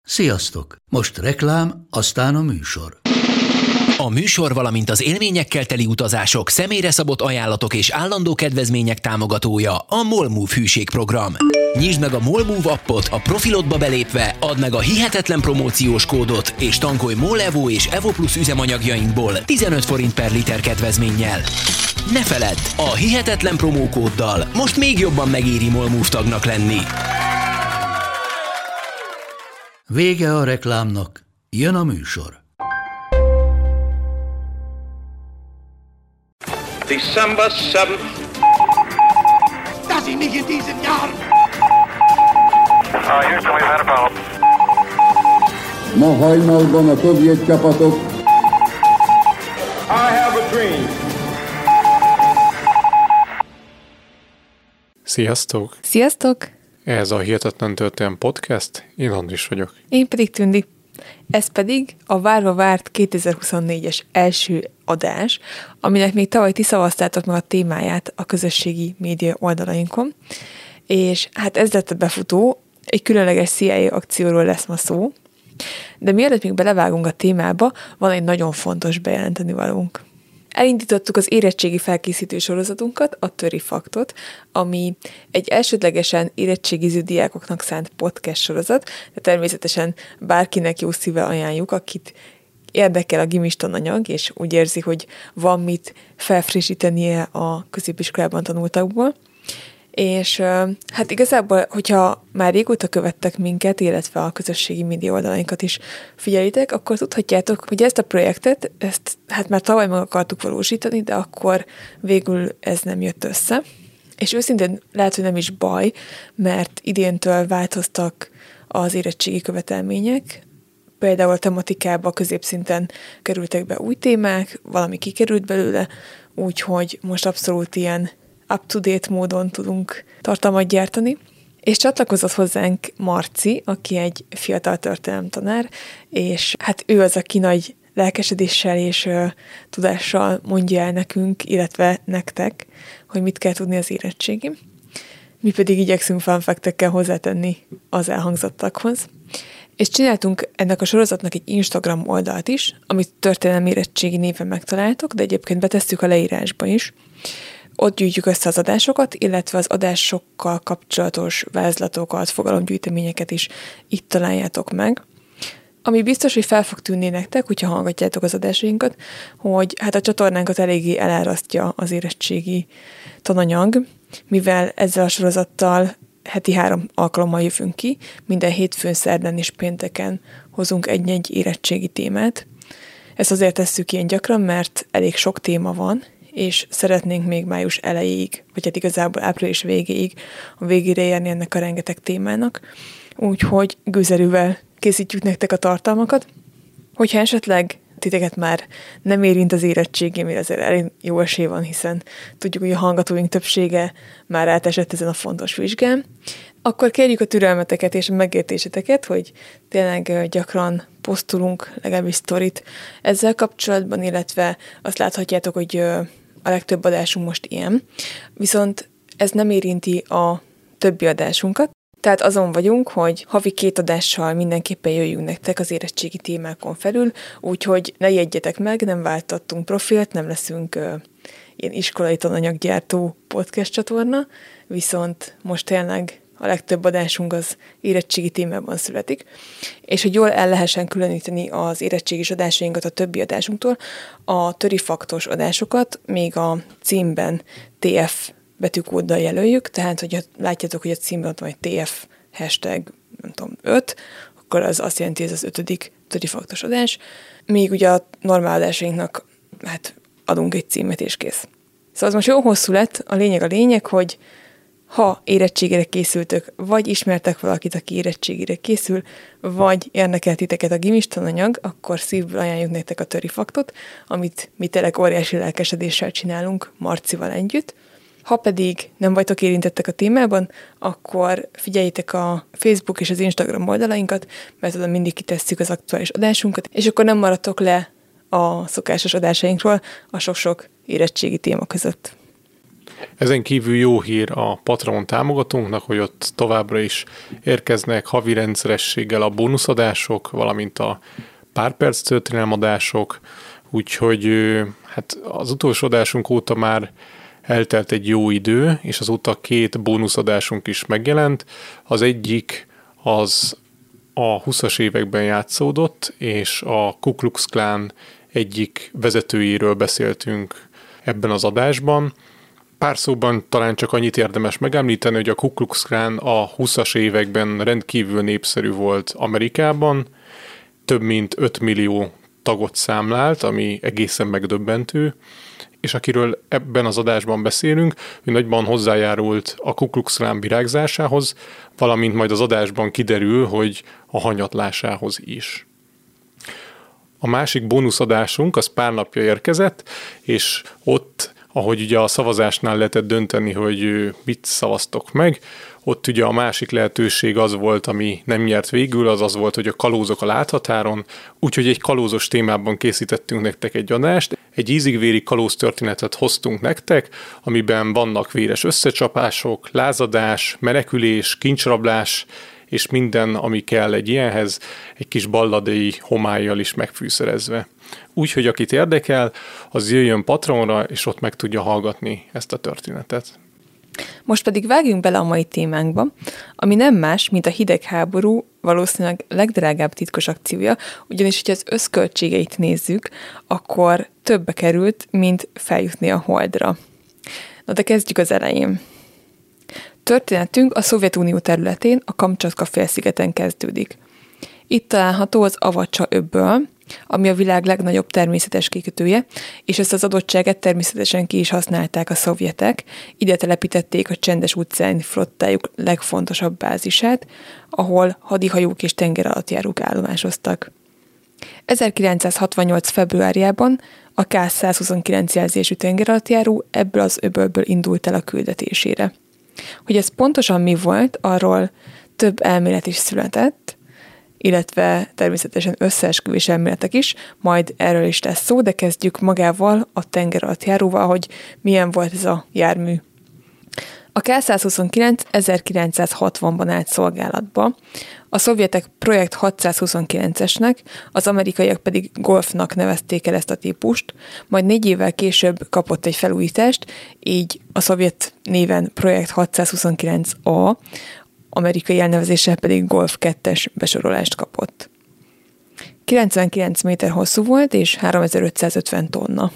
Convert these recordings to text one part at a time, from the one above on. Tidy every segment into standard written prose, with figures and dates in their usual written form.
Sziasztok! Most reklám, aztán a műsor. A műsor, valamint az élményekkel teli utazások, személyre szabott ajánlatok és állandó kedvezmények támogatója a MOLMOVE hűségprogram. Nyisd meg a MOLMOVE appot, a profilodba belépve add meg a hihetetlen promóciós kódot, és tankolj MOL Evo és Evo Plus üzemanyagjainkból 15 forint per liter kedvezménnyel. Ne feledd, a hihetetlen promókóddal most még jobban megéri MOLMOVE tagnak lenni. Vége a reklámnak, jön a műsor. December 7th. Das ist nicht in diesem Jahr. Houston, we've had a problem. Ma hajnalban a szovjet csapatok. I have a dream. Sziasztok! Sziasztok! Ez a Hihetetlen Történelem Podcast, én Andris vagyok. Én pedig Tündi. Ez pedig a várva várt 2024-es első adás, aminek még tavaly ti szavaztátok meg a témáját a közösségi média oldalainkon, és hát ez lett a befutó, egy különleges CIA akcióról lesz ma szó, de mielőtt még belevágunk a témába, van egy nagyon fontos bejelenteni valónk. Elindítottuk az érettségi felkészítő sorozatunkat, a Töri Faktot, ami egy elsődlegesen érettségiző diákoknak szánt podcast sorozat, de természetesen bárkinek jó szívvel ajánljuk, akit érdekel a gimis tananyag, és úgy érzi, hogy van mit felfrissítenie a középiskolában tanultakból. És hát igazából, hogyha már régóta követtek minket, illetve a közösségi média oldalainkat is figyelitek, akkor tudhatjátok, hogy ezt a projektet, hát már tavaly meg akartuk valósítani, de akkor végül ez nem jött össze. És őszintén lehet, hogy nem is baj, mert idéntől változtak az érettségi követelmények, például a tematikába középszinten kerültek be új témák, valami kikerült belőle, úgyhogy most abszolút ilyen up-to-date módon tudunk tartalmat gyártani. És csatlakozott hozzánk Marci, aki egy fiatal történelemtanár, és hát ő az, aki nagy lelkesedéssel és tudással mondja el nekünk, illetve nektek, hogy mit kell tudni az érettségi. Mi pedig igyekszünk funfactekkel hozzátenni az elhangzottakhoz. És csináltunk ennek a sorozatnak egy Instagram oldalt is, amit történelmi érettségi néven megtaláltok, de egyébként betesszük a leírásba is. Ott gyűjtjük össze az adásokat, illetve az adásokkal kapcsolatos vázlatokat, fogalomgyűjteményeket is itt találjátok meg. Ami biztos, hogy fel fog tűnni nektek, hogyha hallgatjátok az adásainkat, hogy hát a csatornánkat eléggé elárasztja az érettségi tananyag, mivel ezzel a sorozattal heti 3 alkalommal jövünk ki, minden hétfőn, szerdán és pénteken hozunk egy-egy érettségi témát. Ezt azért tesszük ilyen gyakran, mert elég sok téma van, és szeretnénk még május elejéig, vagy hát igazából április végéig a végére érni ennek a rengeteg témának. Úgyhogy gőzerűvel készítjük nektek a tartalmakat. Hogyha esetleg titeket már nem érint az érettségi, mert azért elég jó esély van, hiszen tudjuk, hogy a hallgatóink többsége már átesett ezen a fontos vizsgán, akkor kérjük a türelmeteket és a megértéseteket, hogy tényleg gyakran posztolunk legalábbis sztorit ezzel kapcsolatban, illetve azt láthatjátok, hogy a legtöbb adásunk most ilyen. Viszont ez nem érinti a többi adásunkat, tehát azon vagyunk, hogy havi 2 adással mindenképpen jöjjünk nektek az érettségi témákon felül, úgyhogy ne jegyetek meg, nem váltottunk profilt, nem leszünk ilyen iskolai tananyaggyártó podcast csatorna, viszont most tényleg a legtöbb adásunk az érettségi témában születik, és hogy jól el lehessen különíteni az érettségis adásainkat a többi adásunktól, a Töri Faktos adásokat még a címben TF betűkóddal jelöljük, tehát hogyha látjátok, hogy a címben ott van egy TF hashtag, nem tudom, 5, akkor az azt jelenti, hogy ez az 5. Töri Faktos adás, még ugye a normál adásainknak hát adunk egy címet és kész. Szóval az most jó hosszú lett, a lényeg, hogy ha érettségére készültök, vagy ismertek valakit, aki érettségére készül, vagy érdekel titeket a gimis tananyag, akkor szívből ajánljuk nektek a Töri Faktot, amit mi tényleg óriási lelkesedéssel csinálunk Marcival együtt. Ha pedig nem vagytok érintettek a témában, akkor figyeljétek a Facebook és az Instagram oldalainkat, mert oda mindig kitesszük az aktuális adásunkat, és akkor nem maradtok le a szokásos adásainkról a sok-sok érettségi téma között. Ezen kívül jó hír a Patreon támogatónknak, hogy ott továbbra is érkeznek havi rendszerességgel a bónuszadások, valamint a pár perc történelmadások, úgyhogy hát az utolsó adásunk óta már eltelt egy jó idő, és azóta 2 bónuszadásunk is megjelent. Az egyik az a 20-as években játszódott, és a Ku Klux Klan egyik vezetőjéről beszéltünk ebben az adásban. Pár szóban talán csak annyit érdemes megemlíteni, hogy a Ku Klux Klan a 20-as években rendkívül népszerű volt Amerikában, több mint 5 millió tagot számlált, ami egészen megdöbbentő, és akiről ebben az adásban beszélünk, ő nagyban hozzájárult a Ku Klux Klan virágzásához, valamint majd az adásban kiderül, hogy a hanyatlásához is. A másik bónuszadásunk az pár napja érkezett, és ott, ahogy ugye a szavazásnál lehetett dönteni, hogy mit szavaztok meg, ott ugye a másik lehetőség az volt, ami nem nyert végül, az volt, hogy a kalózok a láthatáron, úgyhogy egy kalózos témában készítettünk nektek egy adást. Egy ízig-vérig kalóz történetet hoztunk nektek, amiben vannak véres összecsapások, lázadás, menekülés, kincsrablás, és minden, ami kell egy ilyenhez, egy kis balladai homállyal is megfűszerezve. Úgyhogy akit érdekel, az jöjjön Patreonra, és ott meg tudja hallgatni ezt a történetet. Most pedig vágjunk bele a mai témánkba, ami nem más, mint a hidegháború valószínűleg legdrágább titkos akciója, ugyanis, hogyha az összköltségeit nézzük, akkor többbe került, mint feljutni a Holdra. Na de kezdjük az elején. Történetünk a Szovjetunió területén, a Kamcsatka-félszigeten kezdődik. Itt található az Avacsa-öböl, ami a világ legnagyobb természetes kikötője, és ezt az adottságet természetesen ki is használták a szovjetek. Ide telepítették a Csendes-óceáni flottájuk legfontosabb bázisát, ahol hadihajók és tengeralattjárók állomásoztak. 1968. februárjában a K-129 jelzésű tengeralattjáró ebből az öbölből indult el a küldetésére. Hogy ez pontosan mi volt, arról több elmélet is született, illetve természetesen összeesküvés elméletek is, majd erről is lesz szó, de kezdjük magával a tengeralattjáróval, hogy milyen volt ez a jármű. A K-129 1960-ban állt szolgálatba, a szovjetek Projekt 629-esnek, az amerikaiak pedig Golfnak nevezték el ezt a típust, majd 4 évvel később kapott egy felújítást, így a szovjet néven Projekt 629A, amerikai elnevezéssel pedig Golf 2-es besorolást kapott. 99 méter hosszú volt és 3550 tonna.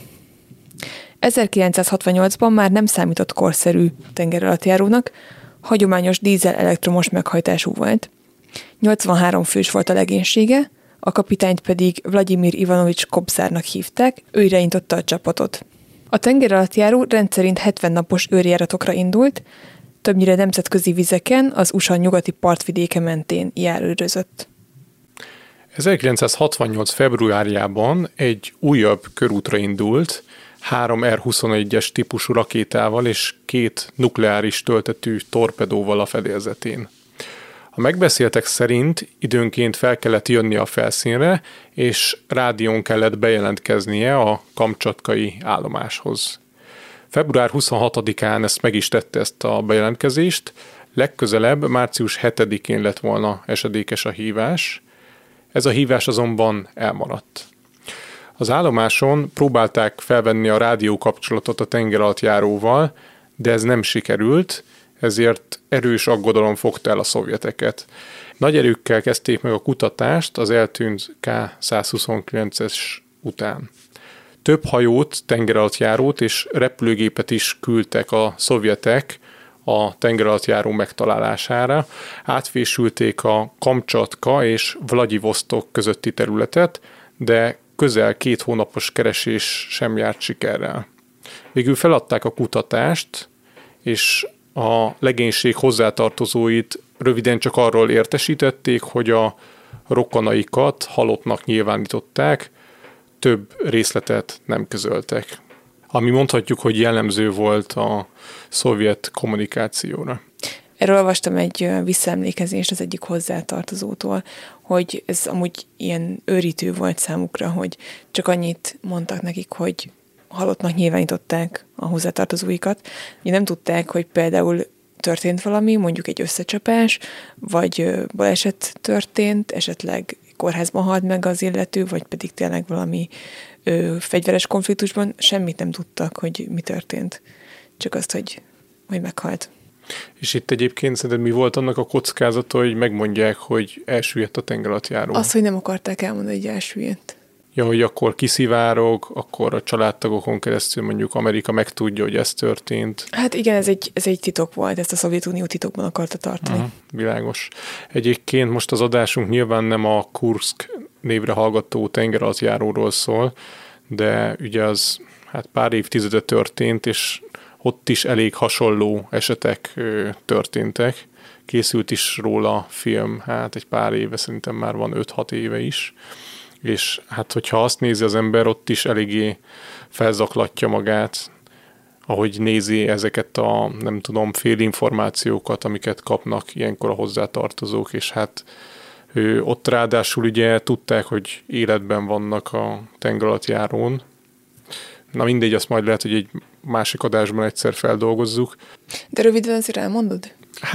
1968-ban már nem számított korszerű tengeralattjárónak, hagyományos dízel-elektromos meghajtású volt. 83 fős volt a legénysége, a kapitányt pedig Vladimir Ivanovics Kobzárnak hívták, ő irányította a csapatot. A tengeralattjáró rendszerint 70 napos őrjáratokra indult, többnyire nemzetközi vizeken, az USA nyugati partvidéke mentén járőrözött. 1968. februárjában egy újabb körútra indult, 3 R-21-es típusú rakétával és 2 nukleáris töltetű torpedóval a fedélzetén. A megbeszéltek szerint időnként fel kellett jönni a felszínre, és rádión kellett bejelentkeznie a kamcsatkai állomáshoz. Február 26-án ezt meg is tette, ezt a bejelentkezést, legközelebb március 7-én lett volna esedékes a hívás. Ez a hívás azonban elmaradt. Az állomáson próbálták felvenni a rádiókapcsolatot a tengeralattjáróval, de ez nem sikerült, ezért erős aggodalom fogta el a szovjeteket. Nagy erőkkel kezdték meg a kutatást az eltűnt K-129-es után. Több hajót, tengeralattjárót és repülőgépet is küldtek a szovjetek a tengeralattjáró megtalálására. Átfésülték a Kamcsatka és Vladivosztok közötti területet, de közel 2 hónapos keresés sem járt sikerrel. Végül feladták a kutatást, és a legénység hozzátartozóit röviden csak arról értesítették, hogy a rokonaikat halottnak nyilvánították, több részletet nem közöltek. Ami mondhatjuk, hogy jellemző volt a szovjet kommunikációra. Erről olvastam egy visszaemlékezést az egyik hozzátartozótól, hogy ez amúgy ilyen őrítő volt számukra, hogy csak annyit mondtak nekik, hogy halottnak nyilvánították a hozzátartozóikat. Ugye nem tudták, hogy például történt valami, mondjuk egy összecsapás, vagy baleset történt, esetleg kórházban halt meg az illető, vagy pedig tényleg valami fegyveres konfliktusban. Semmit nem tudtak, hogy mi történt. Csak azt, hogy meghalt. És itt egyébként szerinted mi volt annak a kockázata, hogy megmondják, hogy elsüllyedt a tengeralattjáró? Az, hogy nem akarták elmondani, hogy elsüllyedt. Ja, hogy akkor kiszivárog, akkor a családtagokon keresztül mondjuk Amerika megtudja, hogy ez történt. Hát igen, ez egy titok volt, ezt a Szovjetunió titokban akarta tartani. Világos. Egyébként most az adásunk nyilván nem a Kurszk névre hallgató tengeralattjáróról szól, de ugye az pár évtizede történt, és ott is elég hasonló esetek történtek. Készült is róla film, egy pár éve, szerintem már van 5-6 éve is. És hogyha azt nézi az ember, ott is eléggé felzaklatja magát, ahogy nézi ezeket a, nem tudom, félinformációkat, amiket kapnak ilyenkor a hozzátartozók, és ott ráadásul ugye tudták, hogy életben vannak a tengeralattjárón. Na mindegy, azt majd lehet, hogy egy másik adásban egyszer feldolgozzuk. De röviden azért elmondod?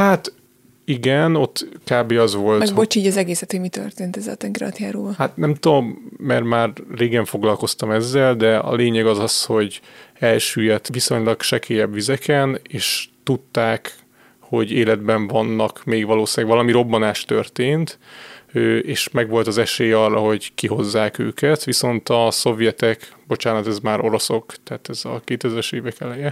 Igen, ott kb. Az volt. Meg bocs, így az egészet, hogy mi történt ezzel a tengeralattjáróval. Nem tudom, mert már régen foglalkoztam ezzel, de a lényeg az, hogy elsüllyedt viszonylag sekélyebb vizeken, és tudták, hogy életben vannak, még valószínűleg valami robbanás történt, és megvolt az esély arra, hogy kihozzák őket, viszont a szovjetek, bocsánat, ez már oroszok, tehát ez a 2000-es évek eleje,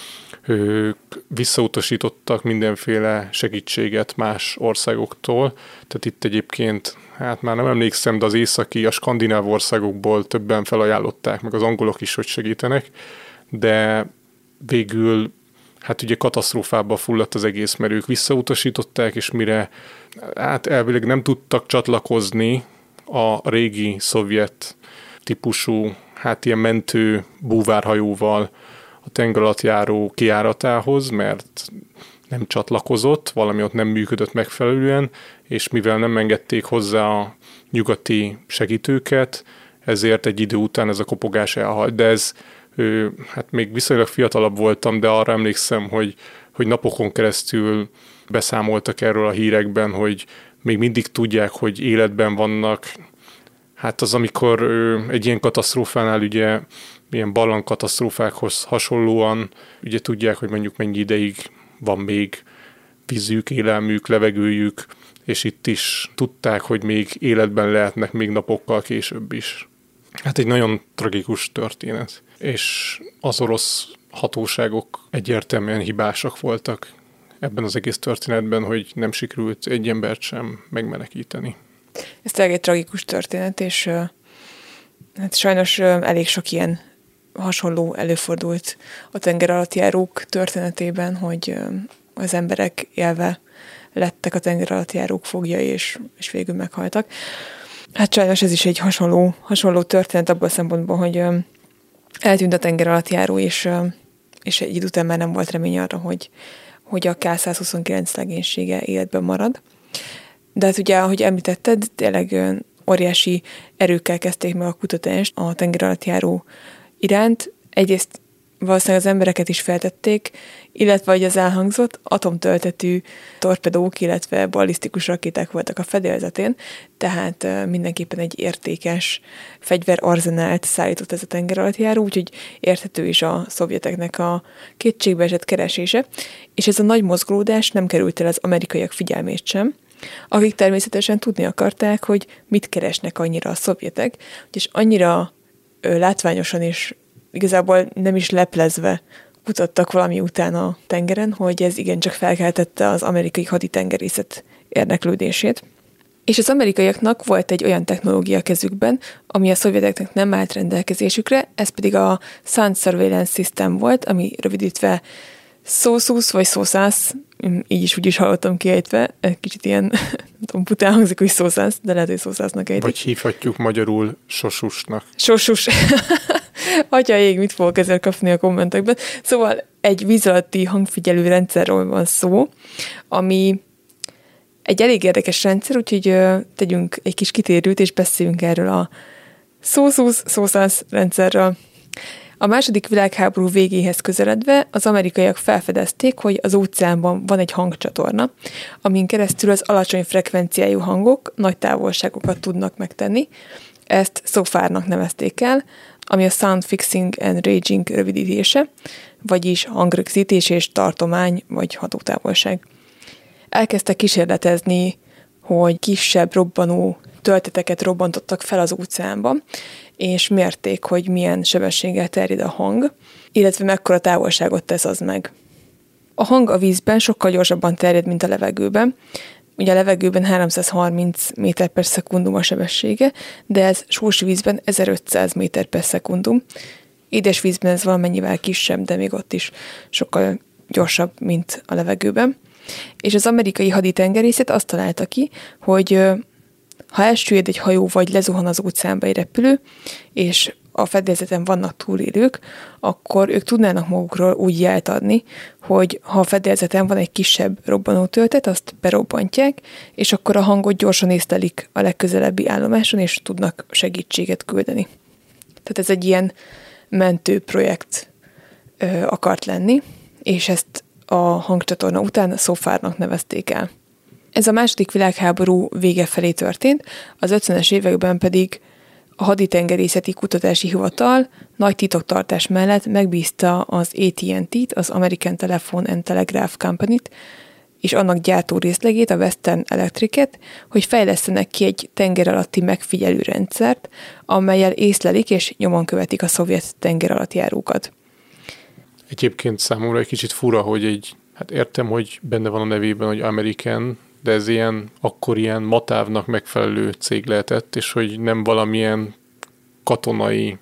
ők visszautasítottak mindenféle segítséget más országoktól. Tehát itt egyébként, már nem emlékszem, de az északi, a skandináv országokból többen felajánlották, meg az angolok is, hogy segítenek, de végül ugye katasztrófába fulladt az egész, mert ők visszautasították, és mire elvileg nem tudtak csatlakozni a régi szovjet típusú, ilyen mentő búvárhajóval a tengeralattjáró kijáratához, mert nem csatlakozott, valami ott nem működött megfelelően, és mivel nem engedték hozzá a nyugati segítőket, ezért egy idő után ez a kopogás elhalt. De ez, még viszonylag fiatalabb voltam, de arra emlékszem, hogy napokon keresztül beszámoltak erről a hírekben, hogy még mindig tudják, hogy életben vannak. Az amikor egy ilyen katasztrófánál ugye ilyen barlangkatasztrófákhoz hasonlóan, ugye tudják, hogy mondjuk mennyi ideig van még vízük, élelmük, levegőjük, és itt is tudták, hogy még életben lehetnek még napokkal később is. Egy nagyon tragikus történet. És az orosz hatóságok egyértelműen hibásak voltak ebben az egész történetben, hogy nem sikerült egy embert sem megmenekíteni. Ez tényleg egy tragikus történet, és sajnos elég sok ilyen hasonló előfordult a tengeralattjárók történetében, hogy az emberek élve lettek a tengeralattjárók foglyai, és végül meghaltak. Sajnos ez is egy hasonló történet abban a szempontból, hogy eltűnt a tengeralattjáró, és egy idő után már nem volt remény arra, hogy a K-129 legénysége életben marad. De ugye, ahogy említetted, tényleg óriási erőkkel kezdték meg a kutatást a tengeralattjáró iránt. Egyrészt valószínűleg az embereket is feltették, illetve, ahogy az elhangzott, atomtöltetű torpedók, illetve ballisztikus rakéták voltak a fedélzetén, tehát mindenképpen egy értékes fegyverarzenált szállított ez a tengeralattjáró, úgyhogy érthető is a szovjeteknek a kétségbeesett keresése, és ez a nagy mozgolódás nem került el az amerikaiak figyelmét sem, akik természetesen tudni akarták, hogy mit keresnek annyira a szovjetek, és annyira látványosan és igazából nem is leplezve kutattak valami után a tengeren, hogy ez igencsak felkeltette az amerikai haditengerészet érdeklődését. És az amerikaiaknak volt egy olyan technológia a kezükben, ami a szovjeteknek nem állt rendelkezésükre, ez pedig a Sun Surveillance System volt, ami rövidítve SOSUS vagy SOSAS, így is úgy is hallottam kiejtve, kicsit ilyen, nem tudom, pután hangzik, hogy SOSAS, de lehet, hogy SOSAS-nak ejtik. Vagy hívhatjuk magyarul Sosusnak. Sosus. Atya ég, mit fogok ezzel kapni a kommentekben. Szóval egy víz alatti hangfigyelő rendszerről van szó, ami egy elég érdekes rendszer, úgyhogy tegyünk egy kis kitérőt, és beszéljünk erről a SOSUS rendszerről. A második világháború végéhez közeledve az amerikaiak felfedezték, hogy az óceánban van egy hangcsatorna, amin keresztül az alacsony frekvenciájú hangok nagy távolságokat tudnak megtenni. Ezt SOFAR-nak nevezték el, ami a Sound Fixing and Ranging rövidítése, vagyis hangrögzítés és tartomány vagy hatótávolság. Elkezdtek kísérletezni, hogy kisebb robbanó tölteteket robbantottak fel az óceánban, és mérték, hogy milyen sebességgel terjed a hang, illetve mekkora távolságot tesz az meg. A hang a vízben sokkal gyorsabban terjed, mint a levegőben. Ugye a levegőben 330 méter per szekundum a sebessége, de ez sós vízben 1500 méter per szekundum. Édes vízben ez valamennyivel kisebb, de még ott is sokkal gyorsabb, mint a levegőben. És az amerikai haditengerészet azt találta ki, hogy ha elsüllyed egy hajó, vagy lezuhan az óceánba egy repülő, és a fedélzeten vannak túlélők, akkor ők tudnának magukról úgy jelt adni, hogy ha a fedélzeten van egy kisebb robbanótöltet, azt berobbantják, és akkor a hangot gyorsan észlelik a legközelebbi állomáson, és tudnak segítséget küldeni. Tehát ez egy ilyen mentőprojekt akart lenni, és ezt a hangcsatorna után SOFAR-nak nevezték el. Ez a második világháború vége felé történt, az 50-es években pedig a haditengerészeti kutatási hivatal nagy titoktartás mellett megbízta az AT&T-t, az American Telephone and Telegraph Company-t, és annak gyártó részlegét, a Western Electric-et, hogy fejlesztenek ki egy tenger alatti megfigyelő rendszert, amellyel észlelik és nyomon követik a szovjet tengeralattjárókat. Egyébként számomra egy kicsit fura, hogy hát értem, hogy benne van a nevében, hogy American, de ez akkor ilyen matávnak megfelelő cég lehetett, és hogy nem valamilyen katonai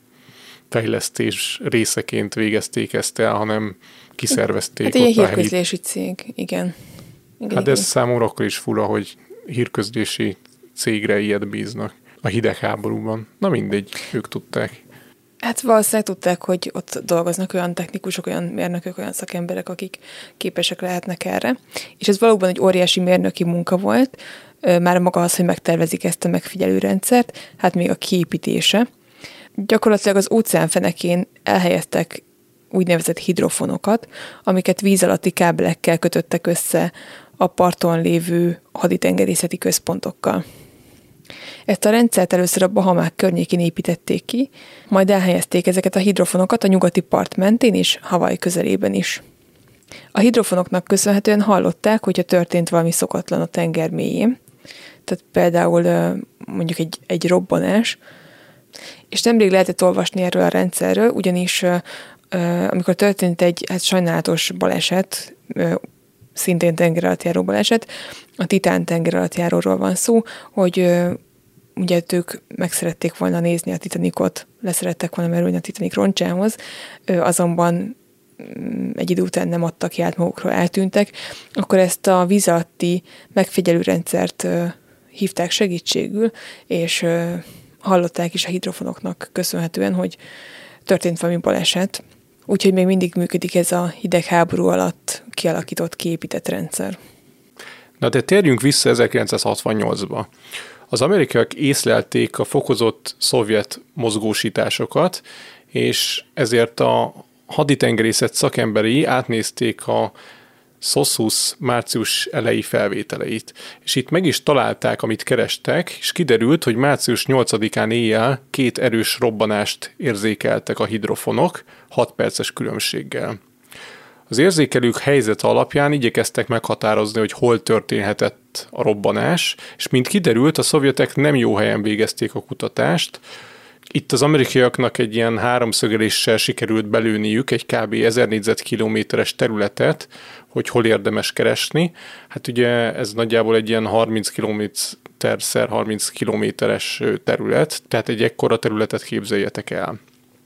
fejlesztés részeként végezték ezt el, hanem kiszervezték. Hát ilyen hírközlési cég, igen. Hát ez számomra akkor is fura, hogy hírközlési cégre ilyet bíznak a hidegháborúban. Na mindegy, ők tudták. Hát valószínűleg tudták, hogy ott dolgoznak olyan technikusok, olyan mérnökök, olyan szakemberek, akik képesek lehetnek erre. És ez valóban egy óriási mérnöki munka volt, már maga az, hogy megtervezik ezt a megfigyelő rendszert, hát még a kiépítése. Gyakorlatilag az óceánfenekén elhelyeztek úgynevezett hidrofonokat, amiket víz alatti kábelekkel kötöttek össze a parton lévő haditengerészeti központokkal. Ezt a rendszert először a Bahamák környékén építették ki, majd elhelyezték ezeket a hidrofonokat a nyugati part mentén és Hawaii közelében is. A hidrofonoknak köszönhetően hallották, hogyha történt valami szokatlan a tenger mélyén, tehát például mondjuk egy robbanás, és nemrég lehetett olvasni erről a rendszerről, ugyanis amikor történt egy sajnálatos baleset, szintén tengeralattjáró baleset, a Titán tengeralattjáróról van szó, hogy ugye ők meg szerették volna nézni a Titanicot, leszerettek volna merülni a Titanic roncsához, azonban egy idő után nem adtak jelt magukról, eltűntek, akkor ezt a víz alatti megfigyelőrendszert hívták segítségül, és hallották is a hidrofonoknak köszönhetően, hogy történt valami baleset. Úgyhogy még mindig működik ez a hidegháború alatt kialakított, kiépített rendszer. Na de térjünk vissza 1968-ba. Az amerikaiak észlelték a fokozott szovjet mozgósításokat, és ezért a haditengerészet szakemberei átnézték a SOSUS március elejé felvételeit. És itt meg is találták, amit kerestek, és kiderült, hogy március 8-án éjjel 2 erős robbanást érzékeltek a hidrofonok 6 perces különbséggel. Az érzékelők helyzet alapján igyekeztek meghatározni, hogy hol történhetett a robbanás, és mint kiderült, a szovjetek nem jó helyen végezték a kutatást. Itt az amerikaiaknak egy ilyen háromszögeléssel sikerült belőniük egy kb. 1000 négyzetkilométeres területet, hogy hol érdemes keresni. Hát ugye ez nagyjából egy ilyen 30 km/30 kilométeres terület, tehát egy ekkora területet képzeljetek el.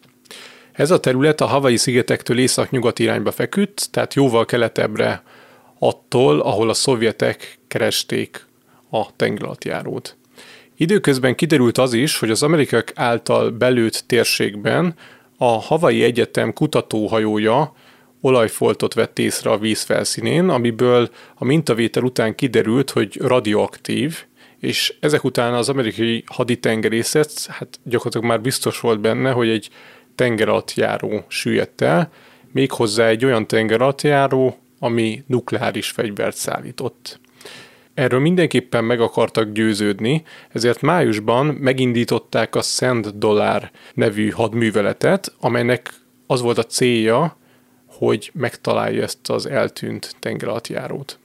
Ez a terület a Hawaii szigetektől észak-nyugat irányba feküdt, tehát jóval keletebbre attól, ahol a szovjetek keresték a tengeralattjárót. Időközben kiderült az is, hogy az amerikaiak által belőtt térségben a Hawaii Egyetem kutatóhajója olajfoltot vett észre a víz felszínén, amiből a mintavétel után kiderült, hogy radioaktív, és ezek után az amerikai haditengerészet gyakorlatilag már biztos volt benne, hogy egy tengeralattjáró süllyedt el, méghozzá egy olyan tengeralattjáró, ami nukleáris fegyvert szállított. Erről mindenképpen meg akartak győződni, ezért májusban megindították a Sand Dollar nevű hadműveletet, amelynek az volt a célja, hogy megtalálja ezt az eltűnt tengeralattjárót.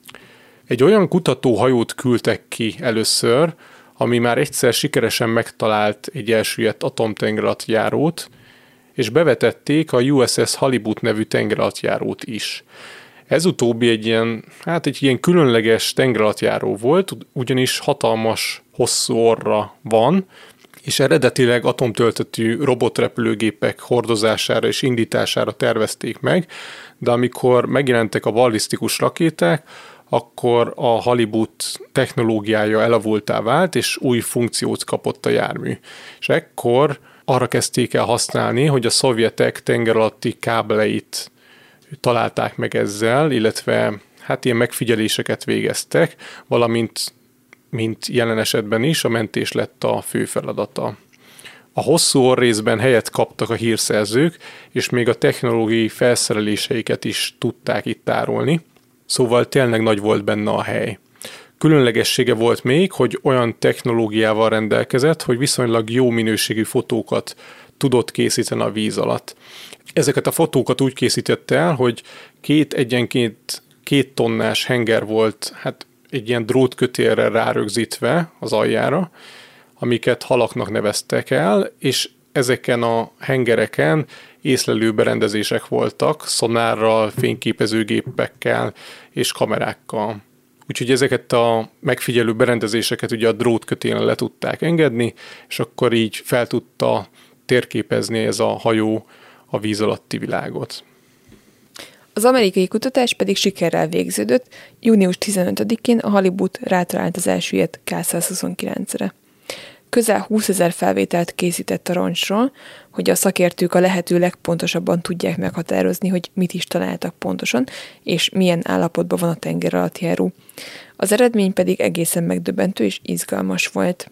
Egy olyan kutatóhajót küldtek ki először, ami már egyszer sikeresen megtalált egy elsüllyedt atomtengeralattjárót, és bevetették a USS Halibut nevű tengeralattjárót is. Ez utóbbi egy ilyen különleges tengeralattjáró volt, ugyanis hatalmas hosszú orra van, és eredetileg atomtöltetű robotrepülőgépek hordozására és indítására tervezték meg, de amikor megjelentek a ballisztikus rakéták, akkor a Halibut technológiája elavultá vált, és új funkciót kapott a jármű. És ekkor arra kezdték el használni, hogy a szovjetek tengeralatti kábeleit találták meg ezzel, illetve ilyen megfigyeléseket végeztek, valamint mint jelen esetben is, a mentés lett a fő feladata. A hosszú orrészben helyet kaptak a hírszerzők, és még a technológiai felszereléseiket is tudták itt tárolni, szóval tényleg nagy volt benne a hely. Különlegessége volt még, hogy olyan technológiával rendelkezett, hogy viszonylag jó minőségű fotókat tudott készíteni a víz alatt. Ezeket a fotókat úgy készítette el, hogy egyenként 2 tonnás henger volt, egy ilyen drótkötélre rárögzítve az aljára, amiket halaknak neveztek el, és ezeken a hengereken észlelő berendezések voltak, szonárral, fényképezőgépekkel és kamerákkal. Úgyhogy ezeket a megfigyelő berendezéseket ugye a drótkötélen le tudták engedni, és akkor így fel tudta térképezni ez a hajó a víz alatti világot. Az amerikai kutatás pedig sikerrel végződött, június 15-én a Halibut rátalált az elsüllyedt K-129-re. Közel 20 000 felvételt készített a roncsról, hogy a szakértők a lehető legpontosabban tudják meghatározni, hogy mit is találtak pontosan, és milyen állapotban van a tengeralattjáró. Az eredmény pedig egészen megdöbbentő és izgalmas volt.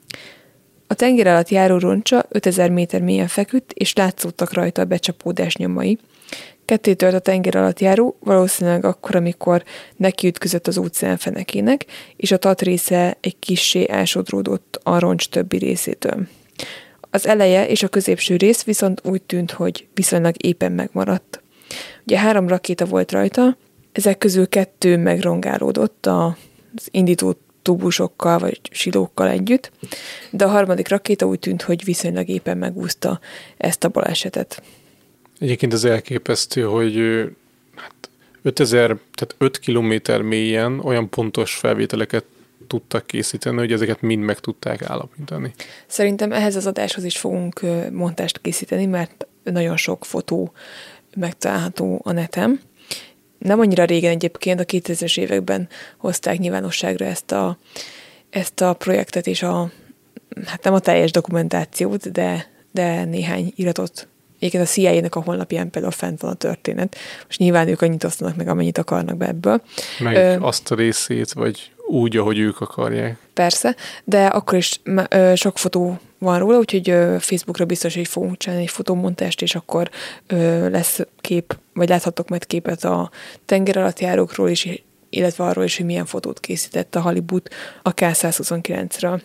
A tengeralattjáró roncsa 5000 méter mélyen feküdt, és látszottak rajta a becsapódás nyomai. Ketté tört a tengeralattjáró, valószínűleg akkor, amikor nekiütközött az óceán fenekének, és a tat része egy kissé elsodródott a roncs többi részétől. Az eleje és a középső rész viszont úgy tűnt, hogy viszonylag éppen megmaradt. Ugye 3 rakéta volt rajta, ezek közül 2 megrongálódott az indító tubusokkal vagy silókkal együtt, de a 3. rakéta úgy tűnt, hogy viszonylag éppen megúszta ezt a balesetet. Egyébként az elképesztő, hogy 5000, tehát 5 kilométer mélyen olyan pontos felvételeket tudtak készíteni, hogy ezeket mind meg tudták állapítani. Szerintem ehhez az adáshoz is fogunk montást készíteni, mert nagyon sok fotó megtalálható a neten. Nem annyira régen egyébként, a 2000-es években hozták nyilvánosságra ezt a projektet, és nem a teljes dokumentációt, de néhány iratot. Egyébként a CIA-nek a honlapján például fent van a történet. Most nyilván ők annyit osztanak meg, amennyit akarnak be ebből. Meg azt a részét, vagy úgy, ahogy ők akarják. Persze, de akkor is sok fotó van róla, úgyhogy Facebookra biztos, hogy fogunk csinálni egy fotómontást, és akkor lesz kép, vagy láthatok majd képet a tengeralattjárókról is, illetve arról is, hogy milyen fotót készített a Halibut a K-129-ről.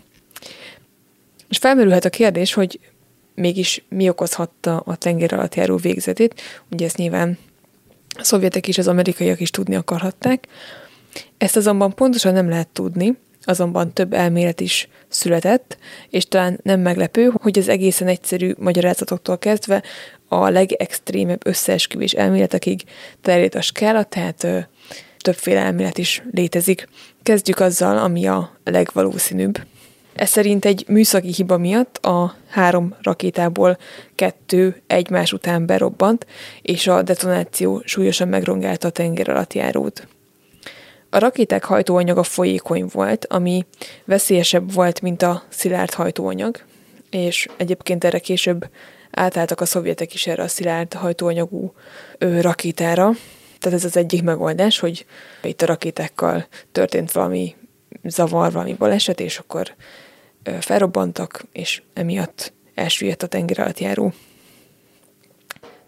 És felmerülhet a kérdés, hogy mégis mi okozhatta a tengeralattjáró végzetét. Ugye ezt nyilván a szovjetek és az amerikaiak is tudni akarhatták. Ezt azonban pontosan nem lehet tudni, azonban több elmélet is született, és talán nem meglepő, hogy az egészen egyszerű magyarázatoktól kezdve a legextrémebb összeesküvés elméletekig terjed a skála, tehát többféle elmélet is létezik. Kezdjük azzal, ami a legvalószínűbb. Ez szerint egy műszaki hiba miatt a 3 rakétából 2 egymás után berobbant, és a detonáció súlyosan megrongálta a tengeralattjárót. A rakéták hajtóanyaga folyékony volt, ami veszélyesebb volt, mint a szilárd hajtóanyag, és egyébként erre később átálltak a szovjetek is erre a szilárd hajtóanyagú rakétára. Tehát ez az egyik megoldás, hogy itt a rakétákkal történt valami zavar, valami baleset, és akkor felrobbantak, és emiatt elsüllyedt a tengeralattjáró.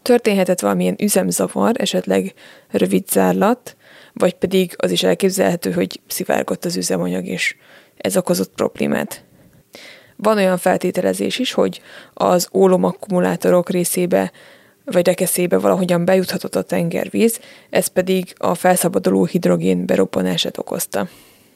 Történhetett valamilyen üzemzavar, esetleg rövid zárlat, vagy pedig az is elképzelhető, hogy szivárgott az üzemanyag, és ez okozott problémát. Van olyan feltételezés is, hogy az ólomakkumulátorok részébe vagy rekeszébe valahogyan bejuthatott a tengervíz, ez pedig a felszabaduló hidrogén berobbanását okozta.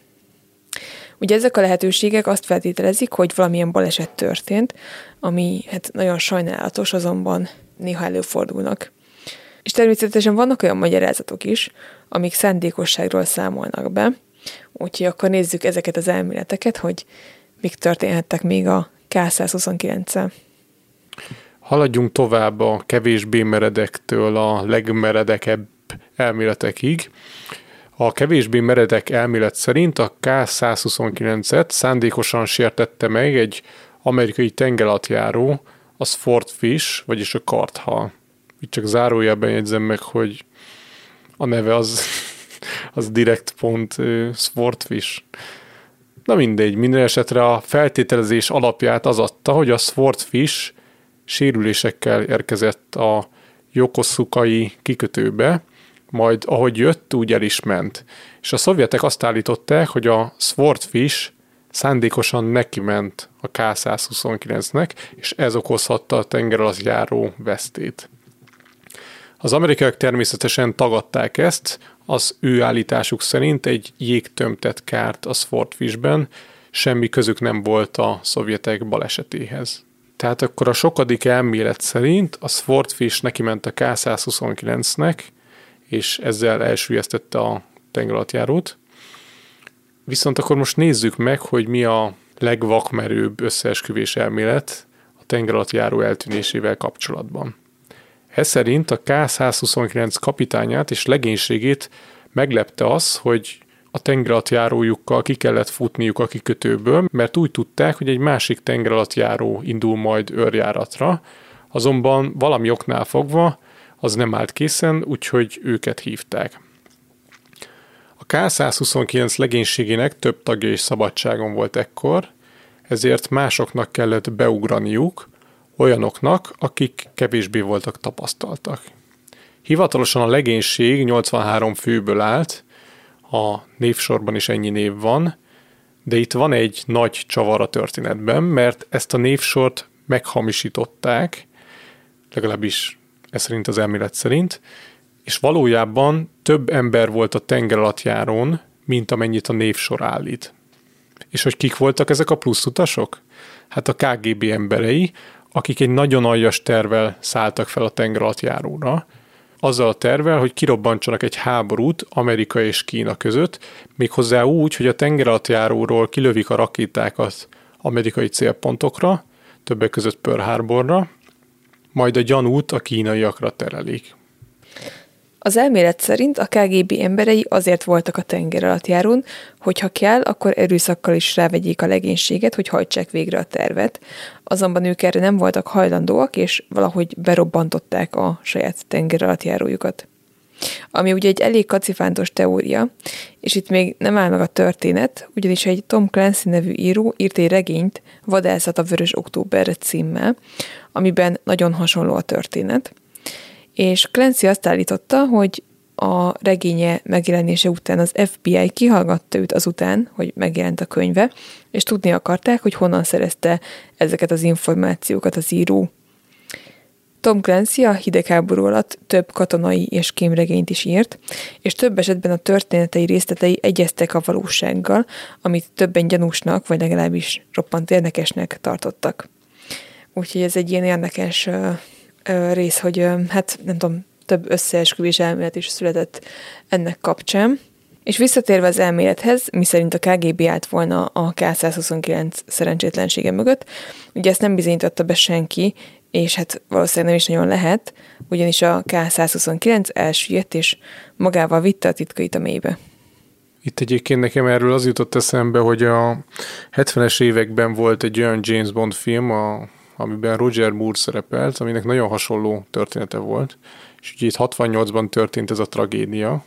Ugye ezek a lehetőségek azt feltételezik, hogy valamilyen baleset történt, ami hát nagyon sajnálatos, azonban néha előfordulnak. És természetesen vannak olyan magyarázatok is, amik szándékosságról számolnak be, úgyhogy akkor nézzük ezeket az elméleteket, hogy mik történhettek még a K-129-szel. Haladjunk tovább a kevésbé meredektől a legmeredekebb elméletekig. A kevésbé meredek elmélet szerint a K-129-et szándékosan sértette meg egy amerikai tengeralattjáró, a Swordfish, vagyis a karthal. Itt csak zárójelben jegyzem meg, hogy a neve az direkt pont Swordfish. Na mindegy, minden esetre a feltételezés alapját az adta, hogy a Swordfish sérülésekkel érkezett a Yokosukai kikötőbe, majd ahogy jött, úgy el is ment. És a szovjetek azt állították, hogy a Swordfish szándékosan nekiment a K-129-nek, és ez okozhatta a tengeralattjáró vesztét. Az amerikaiak természetesen tagadták ezt, az ő állításuk szerint egy jégtömb tett kárt a Swordfishben, semmi közük nem volt a szovjetek balesetéhez. Tehát akkor a sokadik elmélet szerint a Swordfish nekiment a K-129-nek, és ezzel elsüllyesztette a tengeralattjárót. Viszont akkor most nézzük meg, hogy mi a legvakmerőbb összeesküvés elmélet a tengeralattjáró eltűnésével kapcsolatban. Ez szerint a K-129 kapitányát és legénységét meglepte az, hogy a tengeralattjárójukkal ki kellett futniuk a kikötőből, mert úgy tudták, hogy egy másik tengeralattjáró indul majd őrjáratra, azonban valami oknál fogva az nem állt készen, úgyhogy őket hívták. A K-129 legénységének több tagja is szabadságon volt ekkor, ezért másoknak kellett beugraniuk, olyanoknak, akik kevésbé voltak tapasztaltak. Hivatalosan a legénység 83 főből állt, a névsorban is ennyi név van, de itt van egy nagy csavar a történetben, mert ezt a névsort meghamisították, legalábbis ez szerint az elmélet szerint, és valójában több ember volt a tengeralattjárón, mint amennyit a névsor állít. És hogy kik voltak ezek a pluszutasok? Hát a KGB emberei, akik egy nagyon aljas tervvel szálltak fel a tengeralattjáróra, azzal a tervvel, hogy kirobbantsanak egy háborút Amerika és Kína között, méghozzá úgy, hogy a tengeralattjáróról kilövik a rakétákat amerikai célpontokra, többek között Pearl Harborra, majd a gyanút a kínaiakra terelik. Az elmélet szerint a KGB emberei azért voltak a tengeralattjárón, hogy ha kell, akkor erőszakkal is rávegyék a legénységet, hogy hajtsák végre a tervet. Azonban ők erre nem voltak hajlandóak, és valahogy berobbantották a saját tengeralattjárójukat. Ami ugye egy elég kacifántos teória, és itt még nem áll meg a történet, ugyanis egy Tom Clancy nevű író írt egy regényt, Vadászat a Vörös Októberre címmel, amiben nagyon hasonló a történet. És Clancy azt állította, hogy a regénye megjelenése után az FBI kihallgatta őt azután, hogy megjelent a könyve, és tudni akarták, hogy honnan szerezte ezeket az információkat az író. Tom Clancy a hidegháború alatt több katonai és kémregényt is írt, és több esetben a történetei részletei egyeztek a valósággal, amit többen gyanúsnak, vagy legalábbis roppant érdekesnek tartottak. Úgyhogy ez egy ilyen érdekes rész, hogy hát nem tudom, több összeesküvés elmélet is született ennek kapcsán. És visszatérve az elmélethez, miszerint a KGB állt volna a K-129 szerencsétlensége mögött, ugye ezt nem bizonyította be senki, és hát valószínűleg nem is nagyon lehet, ugyanis a K-129 elsüllyedt, és magával vitte a titkait a mélybe. Itt egyébként nekem erről az jutott eszembe, hogy a 70-es években volt egy olyan James Bond film, amiben Roger Moore szerepelt, aminek nagyon hasonló története volt, és ugye itt 68-ban történt ez a tragédia,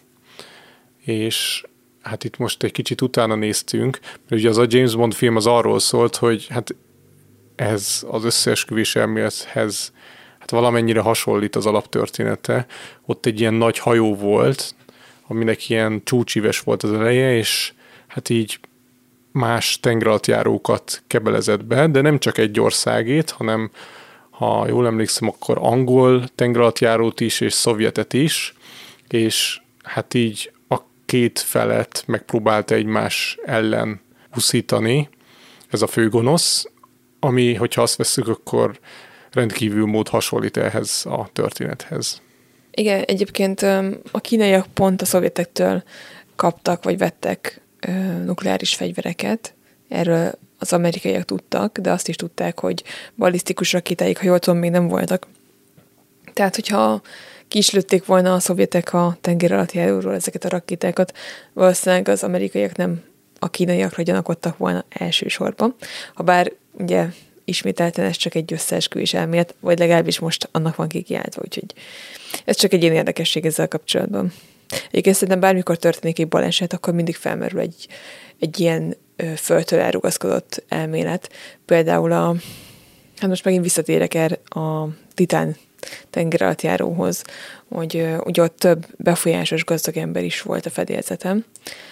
és hát itt most egy kicsit utána néztünk, mert ugye az a James Bond film az arról szólt, hogy hát ez az összeesküvés elmélethez hát valamennyire hasonlít az alaptörténete. Ott egy ilyen nagy hajó volt, aminek ilyen csúcsíves volt az eleje, és hát így más tengeralattjárókat kebelezett be, de nem csak egy országét, hanem ha jól emlékszem, akkor angol tengeralattjárót is, és szovjetet is, és hát így a két felet megpróbálta egymás ellen uszítani, ez a főgonosz, ami, hogyha azt vesszük, akkor rendkívül mód hasonlít ehhez a történethez. Igen, egyébként a kínaiak pont a szovjetektől kaptak, vagy vettek nukleáris fegyvereket. Erről az amerikaiak tudtak, de azt is tudták, hogy ballisztikus rakétáik, ha jól tudom, még nem voltak. Tehát, hogyha ki is lőtték volna a szovjetek a tengeralattjáróról ezeket a rakétákat, valószínűleg az amerikaiak nem a kínaiakra gyanakodtak volna elsősorban. Habár ugye ismételten ez csak egy összeesküvés elmélet, vagy legalábbis most annak van kikiáltva, úgyhogy ez csak egy ilyen érdekesség ezzel kapcsolatban. Egyébként szerintem bármikor történik egy baleset, akkor mindig felmerül egy ilyen földtől elrugaszkodott elmélet. Például hát most megint visszatérek a Titán tengeralattjáróhoz, hogy ugye ott több befolyásos gazdag ember is volt a fedélzeten,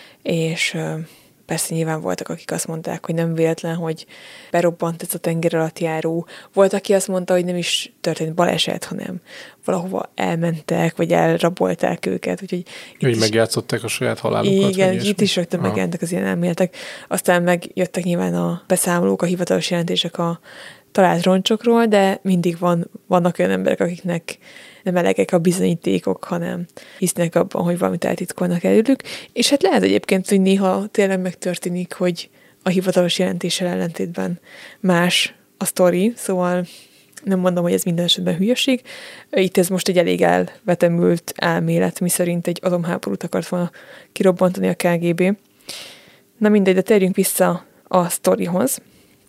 és persze nyilván voltak, akik azt mondták, hogy nem véletlen, hogy berobbant ez a tengeralattjáró. Volt, aki azt mondta, hogy nem is történt baleset, hanem valahova elmentek, vagy elrabolták őket. Úgyhogy hogy megjátszották a saját halálukat. Igen, itt is rögtön megjelentek az ilyen elméletek. Aztán megjöttek nyilván a beszámolók, a hivatalos jelentések a talált roncsokról, de mindig vannak olyan emberek, akiknek nem elegek a bizonyítékok, hanem hisznek abban, hogy valamit eltitkolnak előlük. És hát lehet egyébként, hogy néha tényleg megtörténik, hogy a hivatalos jelentéssel ellentétben más a sztori, szóval nem mondom, hogy ez minden esetben hülyeség. Itt ez most egy elég elvetemült elmélet, miszerint egy atomháborút akart volna kirobbantani a KGB. Na mindegy, de térjünk vissza a sztorihoz.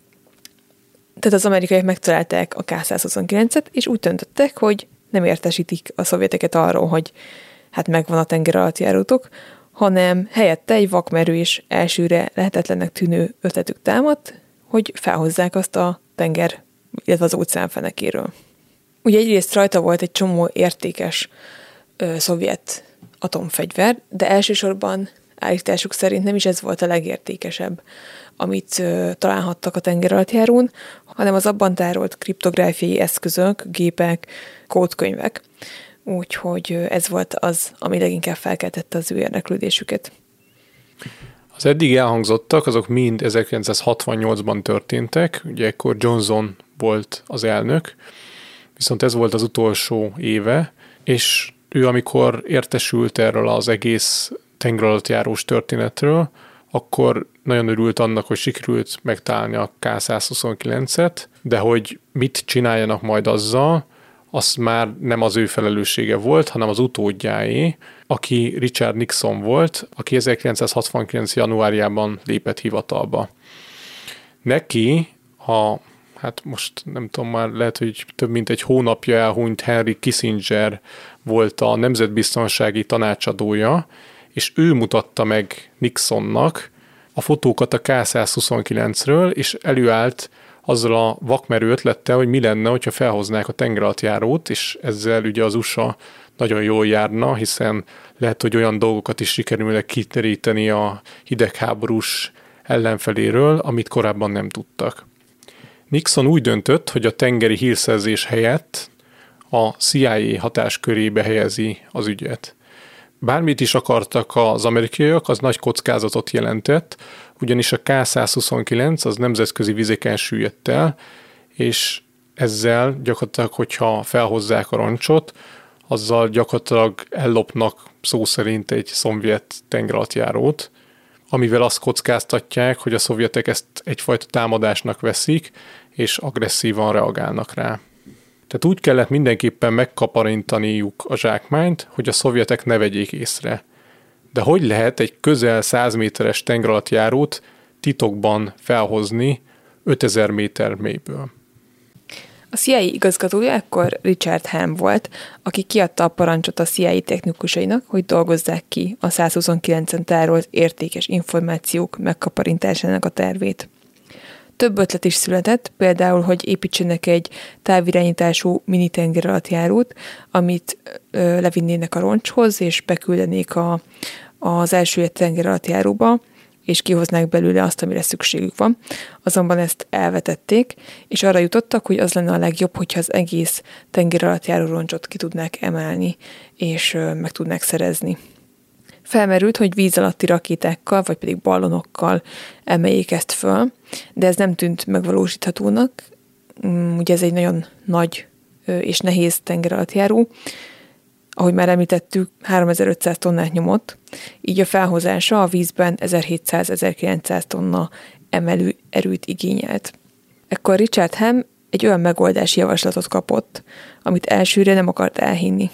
Tehát az amerikaiak megtalálták a K-129-et, és úgy döntöttek, hogy nem értesítik a szovjeteket arról, hogy hát megvan a tengeralattjárótok, hanem helyette egy vakmerő és elsőre lehetetlennek tűnő ötletük támadt, hogy felhozzák azt a tenger, illetve az óceán fenekéről. Ugye egyrészt rajta volt egy csomó értékes szovjet atomfegyver, de elsősorban állításuk szerint nem is ez volt a legértékesebb, amit találhattak a tengeralattjárón, hanem az abban tárolt kriptográfiai eszközök, gépek, kódkönyvek. Úgyhogy ez volt az, ami leginkább felkeltette az ő érdeklődésüket. Az eddig elhangzottak, azok mind 1968-ban történtek, ugye ekkor Johnson volt az elnök, viszont ez volt az utolsó éve, és ő amikor értesült erről az egész tengeralattjárós történetről, akkor nagyon örült annak, hogy sikerült megtalálni a K-129-et, de hogy mit csináljanak majd azzal, az már nem az ő felelőssége volt, hanem az utódjáé, aki Richard Nixon volt, aki 1969. januárjában lépett hivatalba. Neki hát most nem tudom, már lehet, hogy több mint egy hónapja elhunyt Henry Kissinger volt a nemzetbiztonsági tanácsadója, és ő mutatta meg Nixonnak a fotókat a K-129-ről, és előállt azzal a vakmerő ötlettel, hogy mi lenne, hogyha felhoznák a tengeralattjárót, és ezzel ugye az USA nagyon jól járna, hiszen lehet, hogy olyan dolgokat is sikerülnek kiteríteni a hidegháborús ellenfeléről, amit korábban nem tudtak. Nixon úgy döntött, hogy a tengeri hírszerzés helyett a CIA hatáskörébe helyezi az ügyet. Bármit is akartak az amerikaiak, az nagy kockázatot jelentett, ugyanis a K-129 az nemzetközi vizeken süllyedt el, és ezzel gyakorlatilag, hogyha felhozzák a roncsot, azzal gyakorlatilag ellopnak szó szerint egy szovjet tengeralattjárót, amivel azt kockáztatják, hogy a szovjetek ezt egyfajta támadásnak veszik, és agresszívan reagálnak rá. Tehát úgy kellett mindenképpen megkaparintaniuk a zsákmányt, hogy a szovjetek ne vegyék észre. De hogy lehet egy közel 100 méteres tengeralattjárót titokban felhozni 5000 méter mélyből? A CIA igazgatója ekkor Richard Helm volt, aki kiadta a parancsot a CIA technikusainak, hogy dolgozzák ki a 129-en tárolt értékes információk megkaparintásának a tervét. Több ötlet is született, például, hogy építsenek egy távirányítású mini tengeralattjárót, amit levinnének a roncshoz, és beküldenék az első tengeralattjáróba, és kihoznák belőle azt, amire szükségük van. Azonban ezt elvetették, és arra jutottak, hogy az lenne a legjobb, hogyha az egész tengeralattjáró roncsot ki tudnák emelni, és meg tudnák szerezni. Felmerült, hogy víz alatti rakétákkal, vagy pedig ballonokkal emeljék ezt föl, de ez nem tűnt megvalósíthatónak. Ugye ez egy nagyon nagy és nehéz tengeralattjáró. Ahogy már említettük, 3500 tonnát nyomott, így a felhozása a vízben 1700-1900 tonna emelő erőt igényelt. Ekkor Richard Ham egy olyan megoldási javaslatot kapott, amit elsőre nem akart elhinni.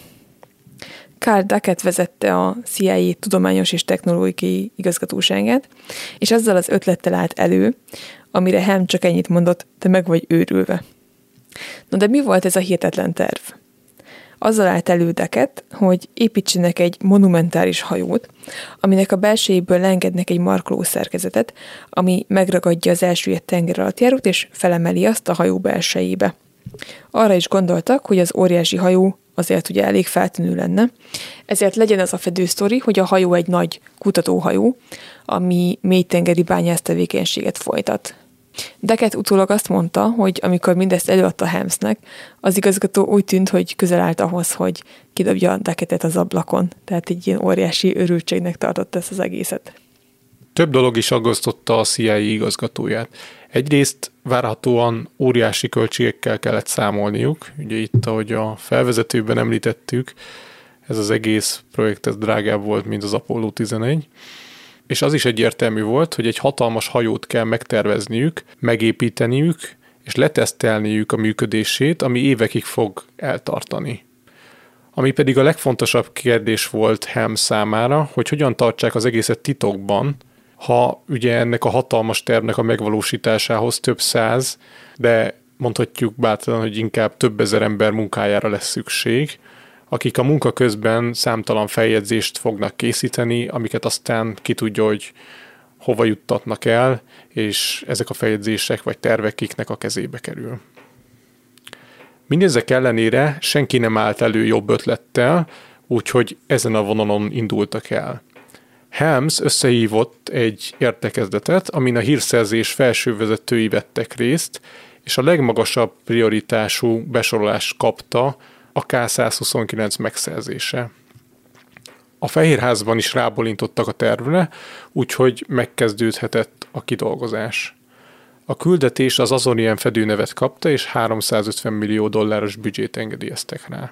Carl Duckett vezette a CIA tudományos és technológiai igazgatóságát, és azzal az ötlettel állt elő, amire Ham csak ennyit mondott, te meg vagy őrülve. Na de mi volt ez a hihetetlen terv? Azzal állt elő Duckett, hogy építsenek egy monumentális hajót, aminek a belsejéből leengednek egy markoló szerkezetet, ami megragadja az elsüllyedt tengeralattjárót, és felemeli azt a hajó belsejébe. Arra is gondoltak, hogy az óriási hajó azért ugye elég feltűnő lenne, ezért legyen az a fedősztori, hogy a hajó egy nagy kutatóhajó, ami mélytengeri bányásztevékenységet folytat. Duckett utólag azt mondta, hogy amikor mindezt előadta Helmsnek, az igazgató úgy tűnt, hogy közel állt ahhoz, hogy kidobja Duckettet az ablakon. Tehát egy ilyen óriási örültségnek tartotta ezt az egészet. Több dolog is aggasztotta a CIA igazgatóját. Egyrészt várhatóan óriási költségekkel kellett számolniuk. Ugye itt, ahogy a felvezetőben említettük, ez az egész projekt ez drágább volt, mint az Apollo 11. És az is egyértelmű volt, hogy egy hatalmas hajót kell megtervezniük, megépíteniük, és letesztelniük a működését, ami évekig fog eltartani. Ami pedig a legfontosabb kérdés volt Ham számára, hogy hogyan tartsák az egészet titokban, ha ugye ennek a hatalmas tervnek a megvalósításához több száz, de mondhatjuk bátran, hogy inkább több ezer ember munkájára lesz szükség, akik a munka közben számtalan feljegyzést fognak készíteni, amiket aztán ki tudja, hogy hova juttatnak el, és ezek a feljegyzések vagy tervek kiknek a kezébe kerül. Mindezek ellenére senki nem állt elő jobb ötlettel, úgyhogy ezen a vonalon indultak el. Helms összehívott egy értekezletet, amin a hírszerzés felső vezetői vettek részt, és a legmagasabb prioritású besorolást kapta a K-129 megszerzése. A Fehérházban is rábólintottak a tervre, úgyhogy megkezdődhetett a kidolgozás. A küldetés az Azorian fedőnevet kapta, és $350 millió büdzsét engedélyeztek rá.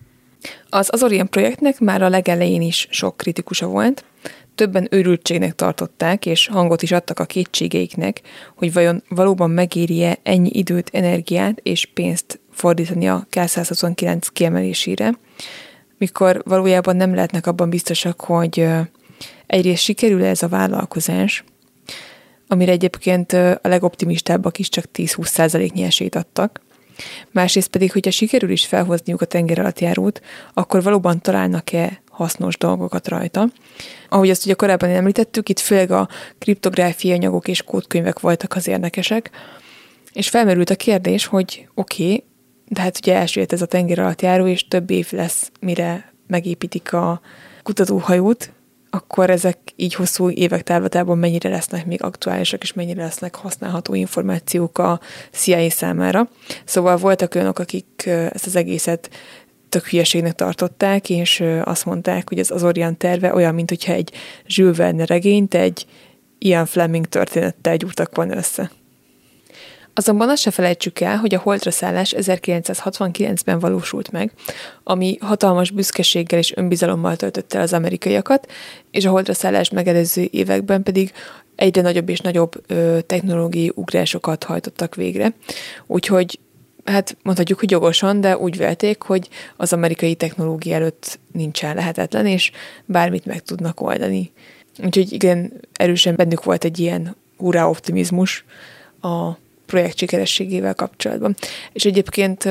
Az Azorian projektnek már a legelején is sok kritikusa volt. Többen őrültségnek tartották, és hangot is adtak a kétségeiknek, hogy vajon valóban megéri-e ennyi időt, energiát és pénzt fordítani a K-129 kiemelésére, mikor valójában nem lehetnek abban biztosak, hogy egyrészt sikerül ez a vállalkozás, amire egyébként a legoptimistábbak is csak 10-20%-nyi esélyt adtak. Másrészt pedig, hogyha sikerül is felhozniuk a tengeralattjárót, akkor valóban találnak-e hasznos dolgokat rajta. Ahogy azt ugye korábban említettük, itt főleg a kriptográfiai anyagok és kódkönyvek voltak az érdekesek, és felmerült a kérdés, hogy oké, de hát ugye elsőjött ez a tengeralattjáró, és több év lesz, mire megépítik a kutatóhajót, akkor ezek így hosszú évek távlatában mennyire lesznek még aktuálisak, és mennyire lesznek használható információk a CIA számára. Szóval voltak olyanok, akik ezt az egészet tök hülyeségnek tartották, és azt mondták, hogy az Azorian terve olyan, mint hogyha egy Jules Verne regényt egy Ian Fleming történettel gyúrtak volna össze. Azonban azt se felejtsük el, hogy a Holdra szállás 1969-ben valósult meg, ami hatalmas büszkeséggel és önbizalommal töltött el az amerikaiakat, és a Holdra szállás megelőző években pedig egyre nagyobb és nagyobb technológiai ugrásokat hajtottak végre. Úgyhogy hát mondhatjuk, hogy jogosan, de úgy vélték, hogy az amerikai technológia előtt nincsen lehetetlen, és bármit meg tudnak oldani. Úgyhogy igen, erősen bennük volt egy ilyen hurrá optimizmus a projekt sikerességével kapcsolatban. És egyébként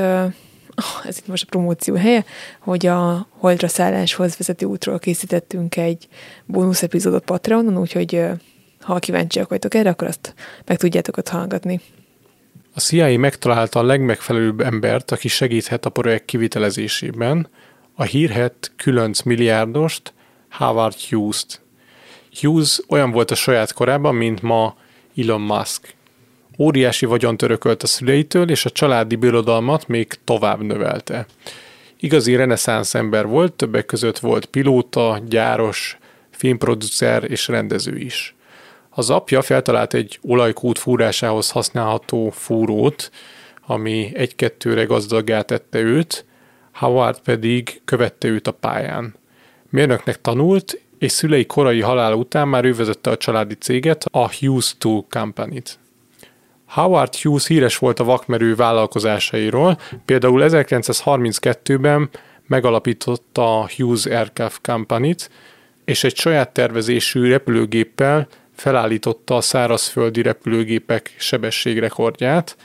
ez itt most a promóció helye, hogy a Holdra szálláshoz vezető útról készítettünk egy bónusz epizódot Patreonon, úgyhogy Ha kíváncsiak vagytok erre, akkor azt meg tudjátok ott hallgatni. A CIA megtalálta a legmegfelelőbb embert, aki segíthet a projekt kivitelezésében, a hírhedt különc milliárdost, Howard Hughes-t. Hughes olyan volt a saját korában, mint ma Elon Musk. Óriási vagyont örökölt a szüleitől, és a családi birodalmat még tovább növelte. Igazi reneszánsz ember volt, többek között volt pilóta, gyáros, filmproducer és rendező is. Az apja feltalált egy olajkút fúrásához használható fúrót, ami 1-2-re gazdaggá tette őt, Howard pedig követte őt a pályán. Mérnöknek tanult, és szülei korai halála után már ő vezette a családi céget, a Hughes Tool Company-t. Howard Hughes híres volt a vakmerő vállalkozásairól, például 1932-ben megalapította a Hughes Aircraft Company-t, és egy saját tervezésű repülőgéppel felállította a szárazföldi repülőgépek sebességrekordját,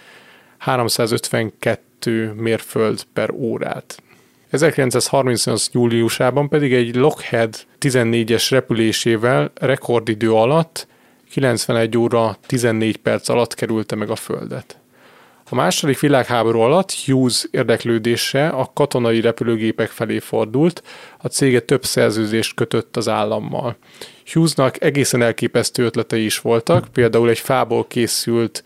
352 mérföld per órát. 1938. júliusában pedig egy Lockheed 14-es repülésével rekordidő alatt 91 óra 14 perc alatt kerülte meg a Földet. A második világháború alatt Hughes érdeklődése a katonai repülőgépek felé fordult, a cége több szerződést kötött az állammal. Hughesnak egészen elképesztő ötletei is voltak, például egy fából készült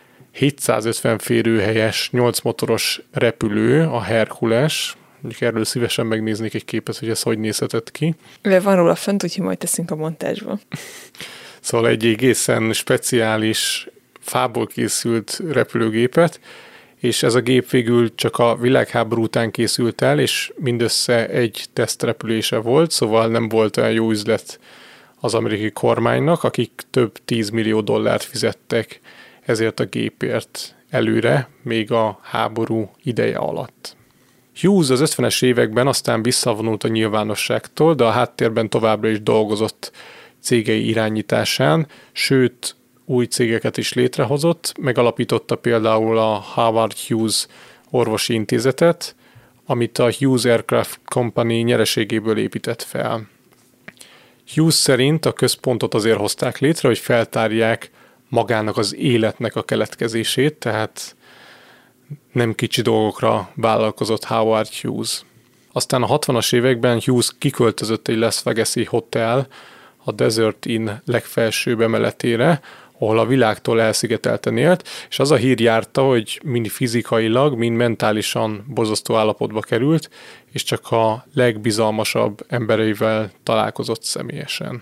750 férőhelyes 8 motoros repülő, a Hercules. Mondjuk erről szívesen megnéznék egy képet, hogy ez hogy nézhetett ki. Van róla fönt, úgyhogy majd teszünk a montázsba. Szóval egy egészen speciális fából készült repülőgépet, és ez a gép végül csak a világháború után készült el, és mindössze egy tesztrepülése volt, szóval nem volt olyan jó üzlet az amerikai kormánynak, akik több 10 millió dollárt fizettek ezért a gépért előre, még a háború ideje alatt. Hughes az 50-es években aztán visszavonult a nyilvánosságtól, de a háttérben továbbra is dolgozott cégei irányításán, sőt, új cégeket is létrehozott, megalapította például a Howard Hughes orvosi intézetet, amit a Hughes Aircraft Company nyereségéből épített fel. Hughes szerint a központot azért hozták létre, hogy feltárják magának az életnek a keletkezését, tehát nem kicsi dolgokra vállalkozott Howard Hughes. Aztán a 60-as években Hughes kiköltözött egy Las Vegas-i hotel, a Desert Inn legfelsőbb emeletére, ahol a világtól elszigetelten élt, és az a hír járta, hogy mind fizikailag, mind mentálisan borzasztó állapotba került, és csak a legbizalmasabb embereivel találkozott személyesen.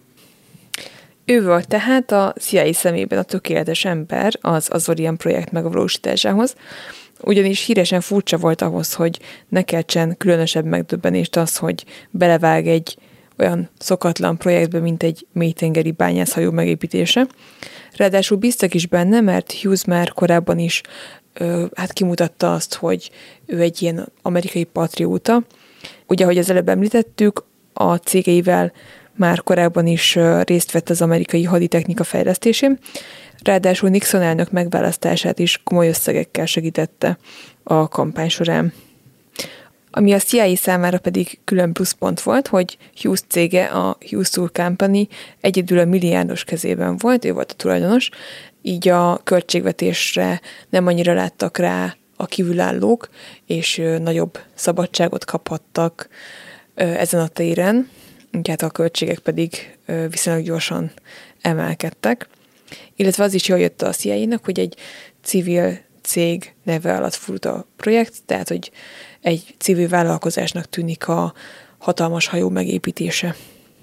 Ő volt tehát a CIA szemében a tökéletes ember az Azorian projekt megvalósításához, ugyanis híresen furcsa volt ahhoz, hogy ne keltsen különösebb megdöbbenést az, hogy belevág egy olyan szokatlan projektbe, mint egy mélytengeri bányászhajó megépítése. Ráadásul bíztak is benne, mert Hughes már korábban is kimutatta azt, hogy ő egy ilyen amerikai patrióta. Ugye, ahogy az előbb említettük, a cégeivel már korábban is részt vett az amerikai haditechnika fejlesztésén, ráadásul Nixon elnök megválasztását is komoly összegekkel segítette a kampány során. Ami a CIA számára pedig külön pluszpont volt, hogy Hughes cége, a Hughes Tool Company egyedül a milliárdos kezében volt, ő volt a tulajdonos, így a költségvetésre nem annyira láttak rá a kívülállók, és nagyobb szabadságot kaphattak ezen a téren, tehát a költségek pedig viszonylag gyorsan emelkedtek. Illetve az is jól jött a CIA-nak, hogy egy civil cég neve alatt fut a projekt, tehát hogy egy civil vállalkozásnak tűnik a hatalmas hajó megépítése.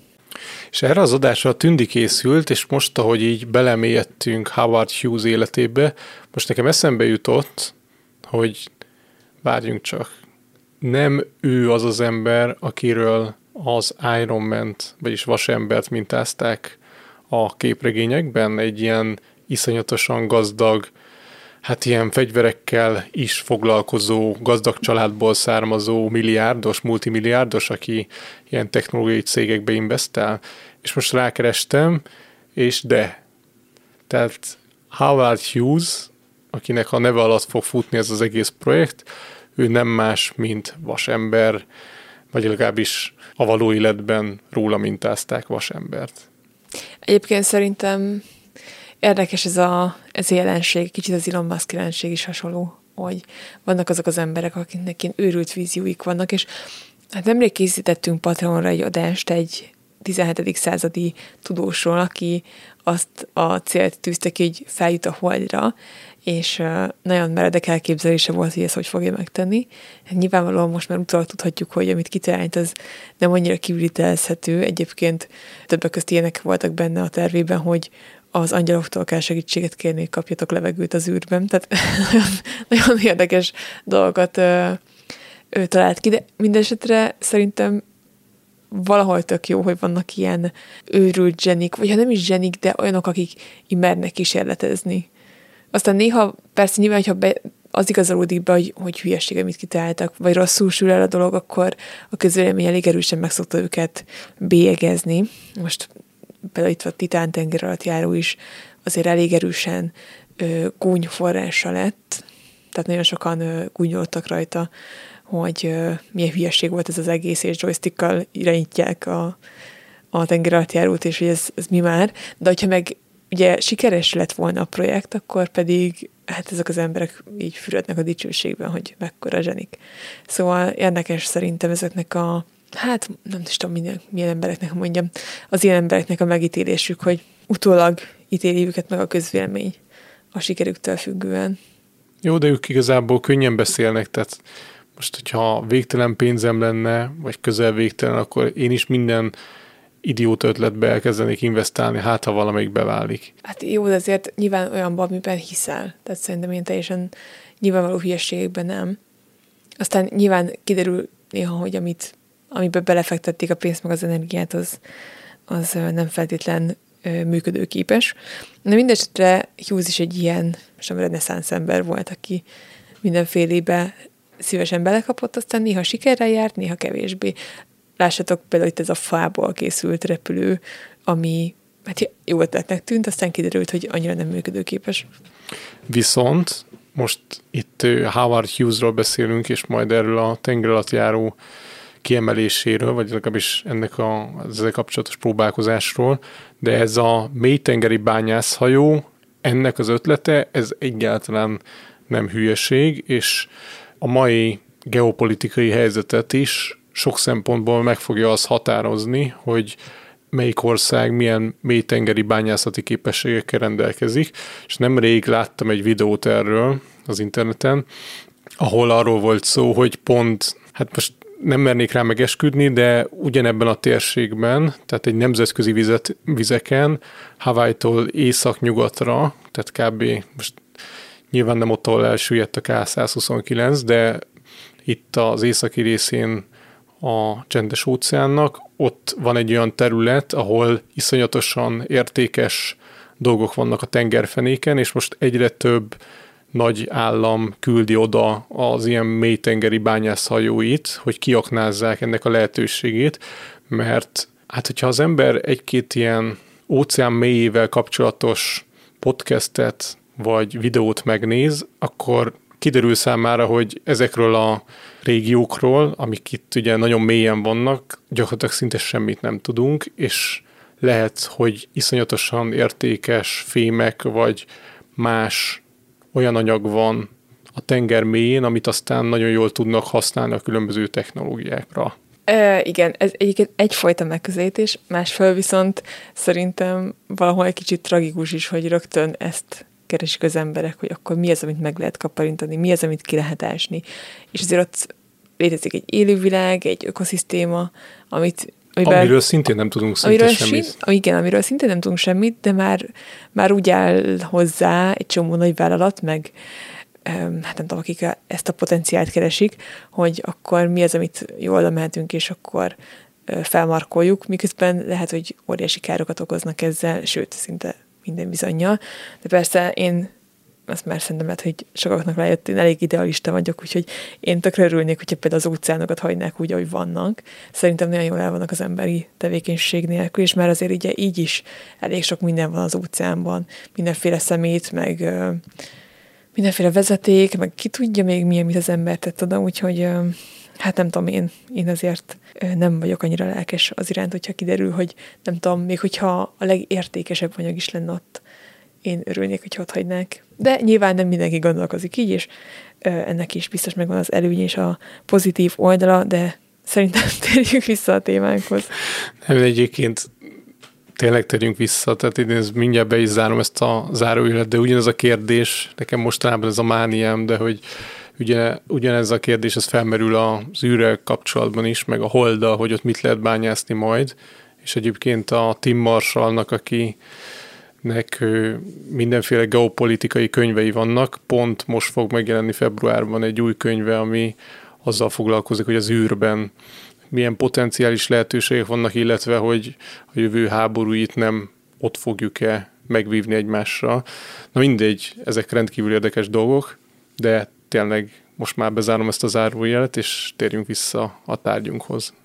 És erre az adásra a Tündi készült, és most, ahogy így belemélyedtünk Howard Hughes életébe, most nekem eszembe jutott, hogy várjunk csak, nem ő az az ember, akiről az Iron Man-t, vagyis vasembert mintázták a képregényekben, egy ilyen iszonyatosan gazdag, hát ilyen fegyverekkel is foglalkozó, gazdag családból származó milliárdos, multimilliárdos, aki ilyen technológiai cégekbe investál. És most rákerestem, és Tehát Howard Hughes, akinek a neve alatt fog futni ez az egész projekt, ő nem más, mint vasember, vagy legalábbis a való életben róla mintázták vasembert. Egyébként szerintem érdekes ez a jelenség, kicsit az Elon Musk jelenség is hasonló, hogy vannak azok az emberek, akiknek ilyen őrült vízióik vannak, és hát nemrég készítettünk Patreonra egy adást egy 17. századi tudósról, aki azt a célt tűzte ki, hogy feljut a Holdra, és nagyon meredek elképzelése volt, hogy ezt hogy fogja megtenni. Hát nyilvánvalóan most már utólag tudhatjuk, hogy amit kitalált, az nem annyira kivitelezhető. Egyébként többek közt ilyenek voltak benne a tervében, hogy az angyaloktól kell segítséget kérni, hogy kapjatok levegőt az űrben. Tehát nagyon érdekes dolgokat ő talált ki, de mindesetre szerintem valahol tök jó, hogy vannak ilyen őrült zsenik, vagy ha nem is zsenik, de olyanok, akik mernek kísérletezni. Aztán néha, persze nyilván, hogyha az igazolódik be, hogy hülyeség, amit kitaláltak, vagy rosszul sül el a dolog, akkor a közvélemény elég erősen meg szokta őket bélyegezni. Most például itt a Titán tengeralattjáró is azért elég erősen gúnyforrása lett, tehát nagyon sokan gúnyoltak rajta, hogy milyen hülyeség volt ez az egész, és joystickkal irányítják a tengeralattjárót, és hogy ez mi már. De hogyha meg ugye sikeres lett volna a projekt, akkor pedig hát ezek az emberek így fürödnek a dicsőségben, hogy mekkora zsenik. Szóval érdekes szerintem ezeknek hát nem is tudom milyen embereknek mondjam, az ilyen embereknek a megítélésük, hogy utólag ítéli őket meg a közvélemény a sikerüktől függően. Jó, de ők igazából könnyen beszélnek, tehát most, hogyha végtelen pénzem lenne, vagy közel végtelen, akkor én is minden idióta ötletbe elkezdenék investálni, hát ha valamelyik beválik. Hát jó, de azért nyilván olyanban, amiben hiszel. Tehát szerintem én teljesen nyilvánvaló hülyeségekben nem. Aztán nyilván kiderül néha, hogy amiben belefektették a pénzt meg az energiát, az nem feltétlen működőképes. De mindesetre Hughes is egy ilyen reneszánsz ember volt, aki mindenfélébe szívesen belekapott, aztán néha sikerrel járt, néha kevésbé. Lássatok például itt ez a fából készült repülő, ami hát jó ötletnek tűnt, aztán kiderült, hogy annyira nem működőképes. Viszont most itt Howard Hughesról beszélünk, és majd erről a tengeralattjáró kiemeléséről, vagy legalábbis ennek ezzel kapcsolatos próbálkozásról, de ez a mélytengeri bányászhajó, ennek az ötlete, ez egyáltalán nem hülyeség, és a mai geopolitikai helyzetet is sok szempontból meg fogja az határozni, hogy melyik ország milyen mélytengeri bányászati képességekkel rendelkezik, és nemrég láttam egy videót erről az interneten, ahol arról volt szó, hogy pont, hát most nem mernék rá megesküdni, de ugyanebben a térségben, tehát egy nemzetközi vizeken, Hawaii-tól észak-nyugatra, tehát kb. Most nyilván nem ott, ahol elsüllyedt a K-129, de itt az északi részén a Csendes óceánnak, ott van egy olyan terület, ahol iszonyatosan értékes dolgok vannak a tengerfenéken, és most egyre több nagy állam küldi oda az ilyen mélytengeri bányászhajóit, hogy kiaknázzák ennek a lehetőségét, mert hát hogyha az ember egy-két ilyen óceán mélyével kapcsolatos podcastet vagy videót megnéz, akkor kiderül számára, hogy ezekről a régiókról, amik itt ugye nagyon mélyen vannak, gyakorlatilag szinte semmit nem tudunk, és lehet, hogy iszonyatosan értékes fémek, vagy más olyan anyag van a tenger mélyén, amit aztán nagyon jól tudnak használni a különböző technológiákra. Igen, ez egyébként egyfajta megközelítés, másfelől viszont szerintem valahol egy kicsit tragikus is, hogy rögtön ezt keresik az emberek, hogy akkor mi az, amit meg lehet kaparintani, mi az, amit ki lehet ásni. És azért ott létezik egy élővilág, egy ökoszisztéma, amiről szintén nem tudunk semmit. Igen, amiről szintén nem tudunk semmit, de már úgy áll hozzá egy csomó nagy vállalat, meg hát nem tudom, akik ezt a potenciált keresik, hogy akkor mi az, amit jól oda mehetünk, és akkor felmarkoljuk, miközben lehet, hogy óriási károkat okoznak ezzel, sőt, szinte minden bizonnyal. De persze én azt már szerintem lehet, hogy sokaknak rájött, én elég idealista vagyok, úgyhogy én tökre örülnék, hogyha például az óceánokat hagynák úgy, ahogy vannak. Szerintem nagyon jól el vannak az emberi tevékenység nélkül, és már azért ugye így is elég sok minden van az óceánban. Mindenféle szemét, meg mindenféle vezeték, meg ki tudja még mi, amit az ember tett oda, úgyhogy Hát nem tudom, én azért nem vagyok annyira lelkes az iránt, hogyha kiderül, hogy nem tudom, még hogyha a legértékesebb anyag is lenne ott, én örülnék, hogy ott hagynák. De nyilván nem mindenki gondolkozik így, és ennek is biztos megvan az előny és a pozitív oldala, de szerintem térjünk vissza a témánkhoz. Nem, egyébként tényleg térjünk vissza, tehát én mindjárt be is zárom ezt a zárójelet, de ugyanez a kérdés, nekem mostanában ez a mániám, de hogy ugyanez a kérdés, ez felmerül az űrrel kapcsolatban is, meg a holddal, hogy ott mit lehet bányászni majd, és egyébként a Tim Marshallnak, akinek mindenféle geopolitikai könyvei vannak, pont most fog megjelenni februárban egy új könyve, ami azzal foglalkozik, hogy az űrben milyen potenciális lehetőségek vannak, illetve hogy a jövő háborúit nem ott fogjuk-e megvívni egymással. Na mindegy, ezek rendkívül érdekes dolgok, de tényleg most már bezárom ezt a zárójelet, és térjünk vissza a tárgyunkhoz.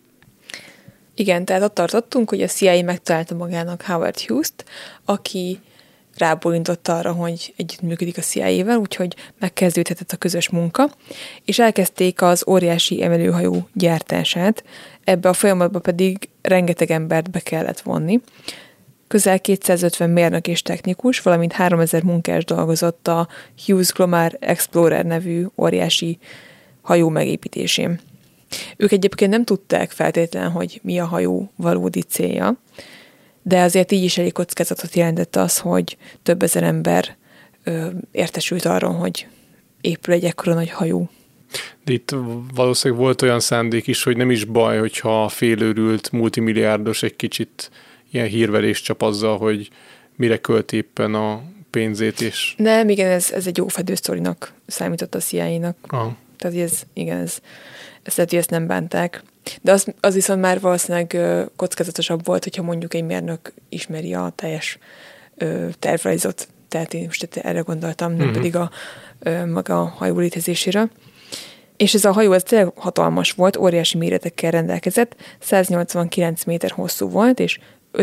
Igen, tehát ott tartottunk, hogy a CIA megtalálta magának Howard Hughes-t, aki rábólintott arra, hogy együttműködik a CIA-vel, úgyhogy megkezdődhetett a közös munka, és elkezdték az óriási emelőhajó gyártását, ebbe a folyamatba pedig rengeteg embert be kellett vonni. Közel 250 mérnök és technikus, valamint 3000 munkás dolgozott a Hughes Glomar Explorer nevű óriási hajó megépítésén. Ők egyébként nem tudták feltétlenül, hogy mi a hajó valódi célja, de azért így is elég kockázatot jelentett az, hogy több ezer ember értesült arról, hogy épül egy ekkora nagy hajó. De itt valószínűleg volt olyan szándék is, hogy nem is baj, hogyha félőrült multimilliárdos egy kicsit ilyen hírverést csap azzal, hogy mire költ éppen a pénzét is. Nem, igen, ez egy jó fedősztorinak számított a CIA-nak. Tehát ez lehet, hogy ezt nem bánták. De az viszont már valószínűleg kockázatosabb volt, hogyha mondjuk egy mérnök ismeri a teljes tervrajzot. Tehát én most erre gondoltam, nem pedig maga a hajó létezésére. És ez a hajó ez tényleg hatalmas volt, óriási méretekkel rendelkezett, 189 méter hosszú volt, és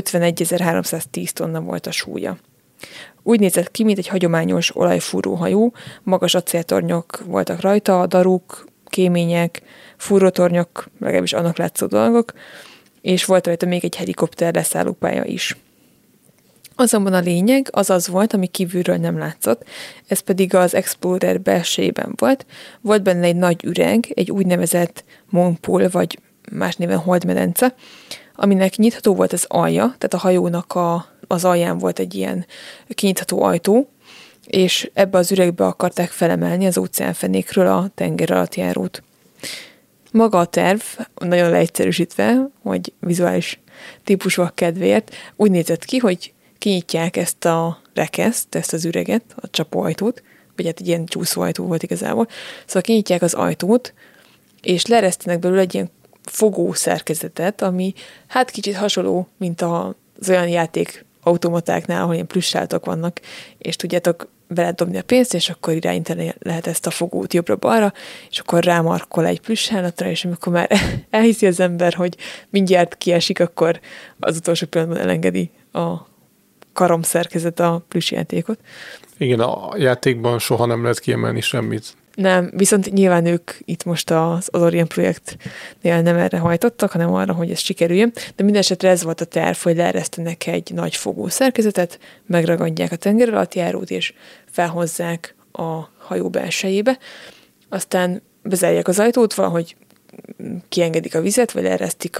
51.310 tonna volt a súlya. Úgy nézett ki, mint egy hagyományos olajfúró hajó, magas acéltornyok voltak rajta, daruk, kémények, fúrótornyok, legalábbis annak látszó dolgok, és volt rajta még egy helikopter leszállópálya is. Azonban a lényeg az volt, ami kívülről nem látszott, ez pedig az Explorer belsejében volt. Volt benne egy nagy üreg, egy úgynevezett moonpool, vagy más néven holdmedence, aminek nyitható volt az alja, tehát a hajónak az alján volt egy ilyen kinyitható ajtó, és ebbe az üregbe akarták felemelni az óceánfenékről a tenger alattjárót. Maga a terv, nagyon leegyszerűsítve, hogy vizuális típusok kedvéért, úgy nézett ki, hogy kinyitják ezt a rekeszt, ezt az üreget, a csapóajtót, vagy hát egy ilyen csúszóajtó volt igazából, szóval kinyitják az ajtót, és leeresztenek belőle egy ilyen fogó szerkezetet, ami hát kicsit hasonló, mint az olyan játék automatáknál, ahol ilyen plüssáltok vannak, és tudjátok vele dobni a pénzt, és akkor irányítani lehet ezt a fogót jobbra-balra, és akkor rámarkol egy plüssálatra, és amikor már elhiszi az ember, hogy mindjárt kiesik, akkor az utolsó pillanatban elengedi a karomszerkezet a plüssjátékot. Igen, a játékban soha nem lehet kiemelni semmit. Nem, viszont nyilván ők itt most az Orient projektnél nem erre hajtottak, hanem arra, hogy ez sikerüljön, de minden esetre ez volt a terv, hogy leeresztenek egy nagy fogó szerkezetet, megragadják a tenger alattjárót, és felhozzák a hajó belsejébe, aztán bezárják az ajtót, valahogy kiengedik a vizet, vagy leeresztik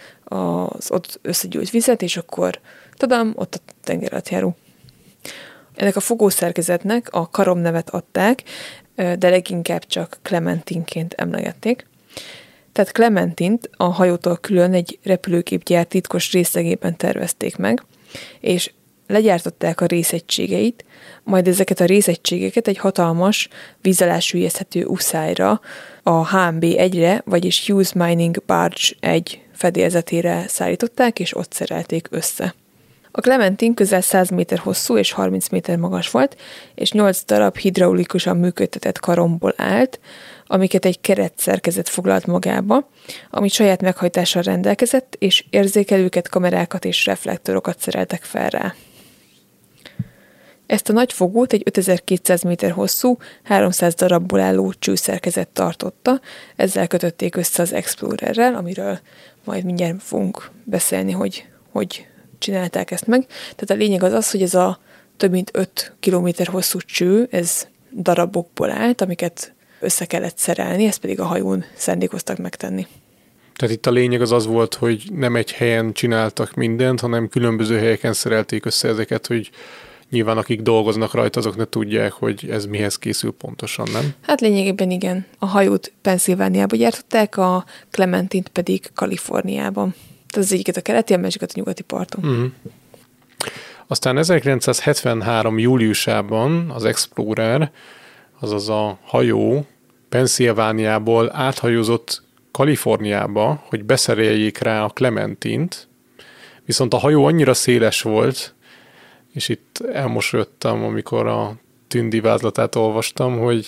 az ott összegyűlt vizet, és akkor tadam, ott a tenger alattjáró. Ennek a fogószerkezetnek a Karom nevet adták, de leginkább csak Clementinként emlegették. Tehát Clementint a hajótól külön egy repülőgépgyár titkos részlegében tervezték meg, és legyártották a részegységeit, majd ezeket a részegységeket egy hatalmas, víz alá süllyeszthető uszályra, a HMB-1-re, vagyis Hughes Mining Barge 1 fedélzetére szállították, és ott szerelték össze. A Clementin közel 100 méter hosszú és 30 méter magas volt, és 8 darab hidraulikusan működtetett karomból állt, amiket egy keretszerkezet foglalt magába, amit saját meghajtással rendelkezett, és érzékelőket, kamerákat és reflektorokat szereltek fel rá. Ezt a nagy fogót egy 5200 méter hosszú, 300 darabból álló csőszerkezet tartotta, ezzel kötötték össze az Explorerrel, amiről majd mindjárt fogunk beszélni, hogy csinálták ezt meg. Tehát a lényeg az, hogy ez a több mint 5 kilométer hosszú cső, ez darabokból állt, amiket össze kellett szerelni, ezt pedig a hajón szándékoztak megtenni. Tehát itt a lényeg az volt, hogy nem egy helyen csináltak mindent, hanem különböző helyeken szerelték össze ezeket, hogy nyilván akik dolgoznak rajta, azok ne tudják, hogy ez mihez készül pontosan, nem? Hát lényegében igen. A hajót Pennsylvániában gyártották, a Clementine-t pedig Kaliforniában. Tehát az egyiket a keleti, a másikat a nyugati parton. Uh-huh. Aztán 1973. júliusában az Explorer, azaz a hajó Pennsylvániából áthajózott Kaliforniába, hogy beszereljék rá a Clementine-t, viszont a hajó annyira széles volt, és itt elmosolyodtam, amikor a tündi vázlatát olvastam, hogy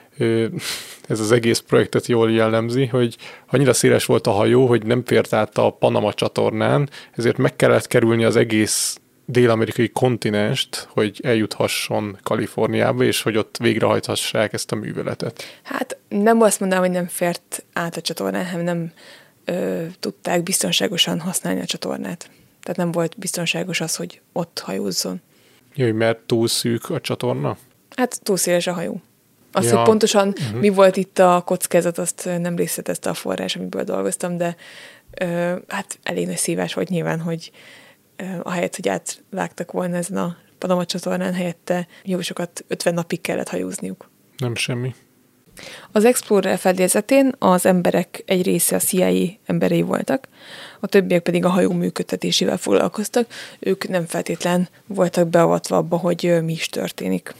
ez az egész projektet jól jellemzi, hogy annyira széles volt a hajó, hogy nem fért át a Panama csatornán, ezért meg kellett kerülni az egész dél-amerikai kontinenst, hogy eljuthasson Kaliforniába, és hogy ott végrehajthassák ezt a műveletet. Hát nem azt mondanám, hogy nem fért át a csatornán, hanem nem tudták biztonságosan használni a csatornát. Tehát nem volt biztonságos az, hogy ott hajózzon. Jöjj, mert túl szűk a csatorna? Hát túl széles a hajó. Azt, hogy pontosan mi volt itt a kockázat, azt nem részletezte a forrás, amiből dolgoztam, de hát elég nagy szívás volt nyilván, hogy ahelyett, hogy átvágtak volna ezen a Panama csatornán, helyette jó sokat 50 napig kellett hajózniuk. Nem semmi. Az Explorer fedélzetén az emberek egy része a CIA emberei voltak, a többiek pedig a hajó működtetésével foglalkoztak, ők nem feltétlen voltak beavatva abba, hogy mi is történik.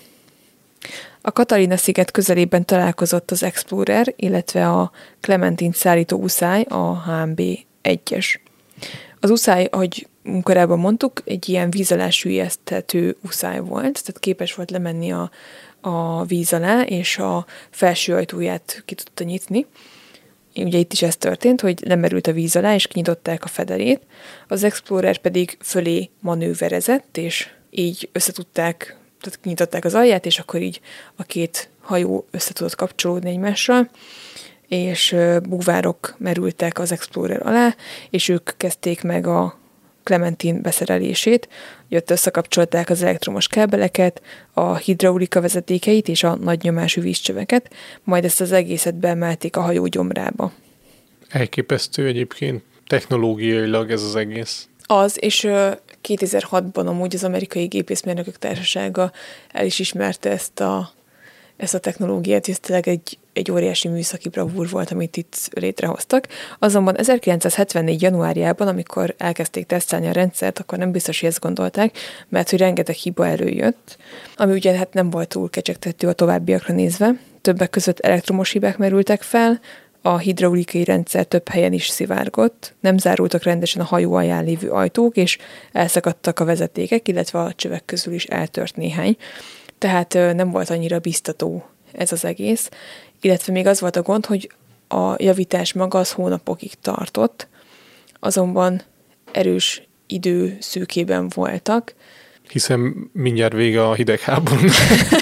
A Catalina-sziget közelében találkozott az Explorer, illetve a Clementine szállító uszály, a HMB-1-es. Az uszály, ahogy korábban mondtuk, egy ilyen víz alá süllyeszthető uszály volt, tehát képes volt lemenni a víz alá, és a felső ajtóját ki tudta nyitni. Ugye itt is ez történt, hogy lemerült a víz alá, és kinyitották a fedelét. Az Explorer pedig fölé manőverezett, és így összetudták, tehát kinyitották az alját, és akkor így a két hajó össze tudott kapcsolódni egymással, és búvárok merültek az Explorer alá, és ők kezdték meg a Clementine beszerelését, ott összekapcsolták az elektromos kábeleket, a hidraulika vezetékeit és a nagy nyomású vízcsöveket, majd ezt az egészet beemelték a hajó gyomrába. Elképesztő egyébként technológiailag ez az egész. Az, és 2006-ban amúgy az Amerikai Gépészmérnökök Társasága el is ismerte ezt a technológiát, és tényleg egy óriási műszaki bravúr volt, amit itt létrehoztak. Azonban 1974. januárjában, amikor elkezdték tesztelni a rendszert, akkor nem biztos, hogy ezt gondolták, mert hogy rengeteg hiba előjött, ami ugye hát nem volt túl kecsegtető a továbbiakra nézve. Többek között elektromos hibák merültek fel, a hidraulikai rendszer több helyen is szivárgott, nem zárultak rendesen a hajó alján lévő ajtók, és elszakadtak a vezetékek, illetve a csövek közül is eltört néhány. Tehát nem volt annyira biztató ez az egész, illetve még az volt a gond, hogy a javítás maga az hónapokig tartott, azonban erős időszűkében voltak. Hiszen mindjárt vége a hidegháborúnak.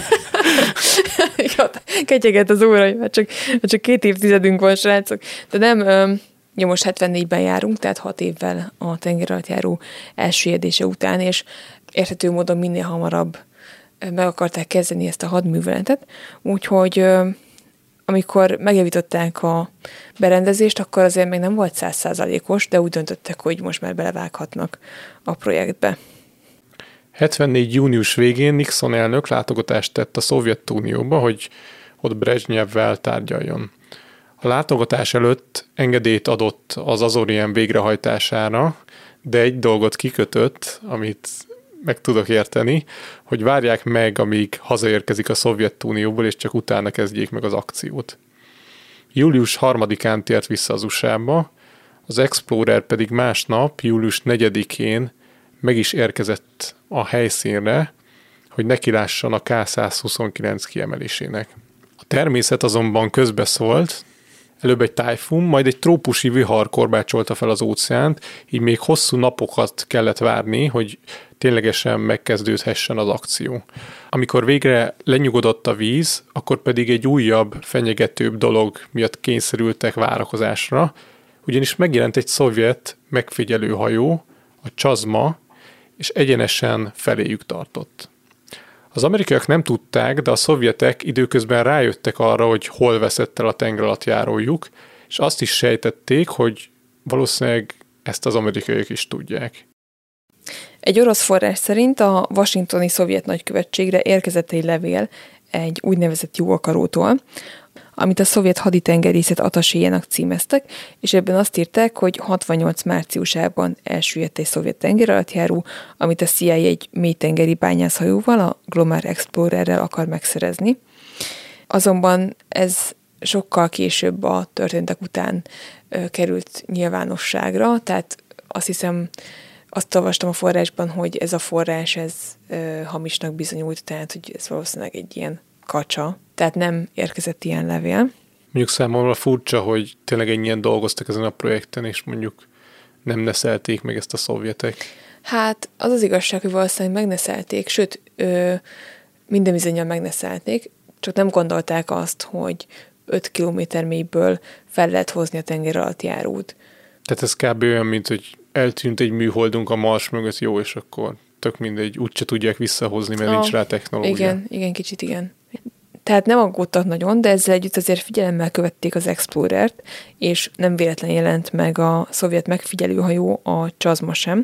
Ketyegett az óra, hogy csak 2 évtizedünk van, srácok. De nem, most 74-ben járunk, tehát 6 évvel a tengeralattjáró elsüllyedése után, és érthető módon minél hamarabb meg akarták kezdeni ezt a hadműveletet, úgyhogy amikor megjavították a berendezést, akkor azért még nem volt 100%-os, de úgy döntöttek, hogy most már belevághatnak a projektbe. 74. június végén Nixon elnök látogatást tett a Szovjetunióba, hogy ott Brezsnyevvel tárgyaljon. A látogatás előtt engedélyt adott az Azorien végrehajtására, de egy dolgot kikötött, amit meg tudok érteni, hogy várják meg, amíg hazaérkezik a Szovjetunióból, és csak utána kezdjék meg az akciót. Július 3-án tért vissza az USA-ba, az Explorer pedig másnap, július 4-én meg is érkezett a helyszínre, hogy nekilásson a K-129 kiemelésének. A természet azonban közbeszólt, előbb egy tájfun, majd egy trópusi vihar korbácsolta fel az óceánt, így még hosszú napokat kellett várni, hogy ténylegesen megkezdődhessen az akció. Amikor végre lenyugodott a víz, akkor pedig egy újabb, fenyegetőbb dolog miatt kényszerültek várakozásra, ugyanis megjelent egy szovjet megfigyelőhajó, a Csazma, és egyenesen feléjük tartott. Az amerikaiak nem tudták, de a szovjetek időközben rájöttek arra, hogy hol veszett el a tengeralattjárójuk, és azt is sejtették, hogy valószínűleg ezt az amerikaiak is tudják. Egy orosz forrás szerint a washingtoni szovjet nagykövetségre érkezett egy levél egy úgynevezett jóakarótól, amit a szovjet haditengerészet ataséjának címeztek, és ebben azt írták, hogy 68 márciusában elsüllyedt egy szovjet tengeralattjáró, amit a CIA egy mélytengeri bányászhajóval, a Glomar Explorerrel akar megszerezni. Azonban ez sokkal később a történtek után került nyilvánosságra, tehát azt hiszem, azt olvastam a forrásban, hogy ez a forrás, ez hamisnak bizonyult, tehát hogy ez valószínűleg egy ilyen kacsa, tehát nem érkezett ilyen levél. Mondjuk számomra furcsa, hogy tényleg ennyien dolgoztak ezen a projekten, és mondjuk nem neszelték meg ezt a szovjetek. Hát az az igazság, hogy valószínűleg megneszelték, sőt, minden bizonnyal megneszelték, csak nem gondolták azt, hogy 5 kilométer mélyből fel lehet hozni a tengeralattjárót. Tehát ez kb. Olyan, mint hogy eltűnt egy műholdunk a Mars mögött, jó, és akkor tök mindegy, úgyse tudják visszahozni, mert nincs rá technológia. Igen, kicsit igen. Tehát nem aggódtak nagyon, de ezzel együtt azért figyelemmel követték az Explorert, és nem véletlen jelent meg a szovjet megfigyelőhajó, a Csazma sem.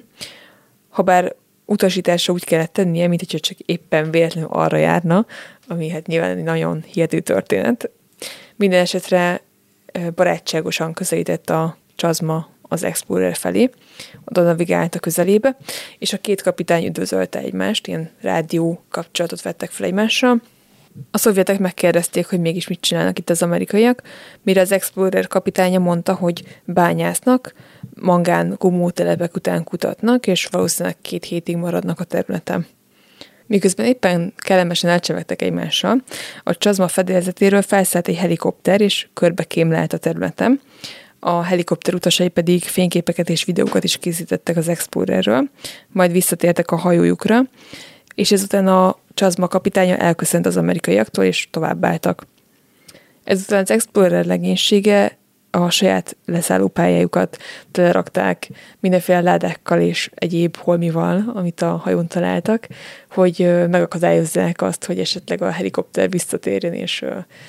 Habár utasításra úgy kellett tennie, mint hogyha csak éppen véletlenül arra járna, ami hát nyilván egy nagyon hihető történet. Minden esetre barátságosan közelített a Csazma az Explorer felé, oda navigált a közelébe, és a két kapitány üdvözölte egymást, ilyen rádió kapcsolatot vettek fel egymással. A szovjetek megkérdezték, hogy mégis mit csinálnak itt az amerikaiak, mire az Explorer kapitánya mondta, hogy bányásznak, mangán gumótelepek után kutatnak, és valószínűleg 2 hétig maradnak a területen. Miközben éppen kellemesen elcsevegtek egymással, a Csazma fedélzetéről felszállt egy helikopter, és körbe kémlelt a területen. A helikopter utasai pedig fényképeket és videókat is készítettek az Explorerről, majd visszatértek a hajójukra, és ezután a Csazma kapitánya elköszönt az amerikaiaktól, és továbbálltak. Ezután az Explorer legénysége a saját leszállópályájukat telerakták mindenféle ládákkal és egyéb holmival, amit a hajón találtak, hogy megakadályozzák azt, hogy esetleg a helikopter visszatérjen és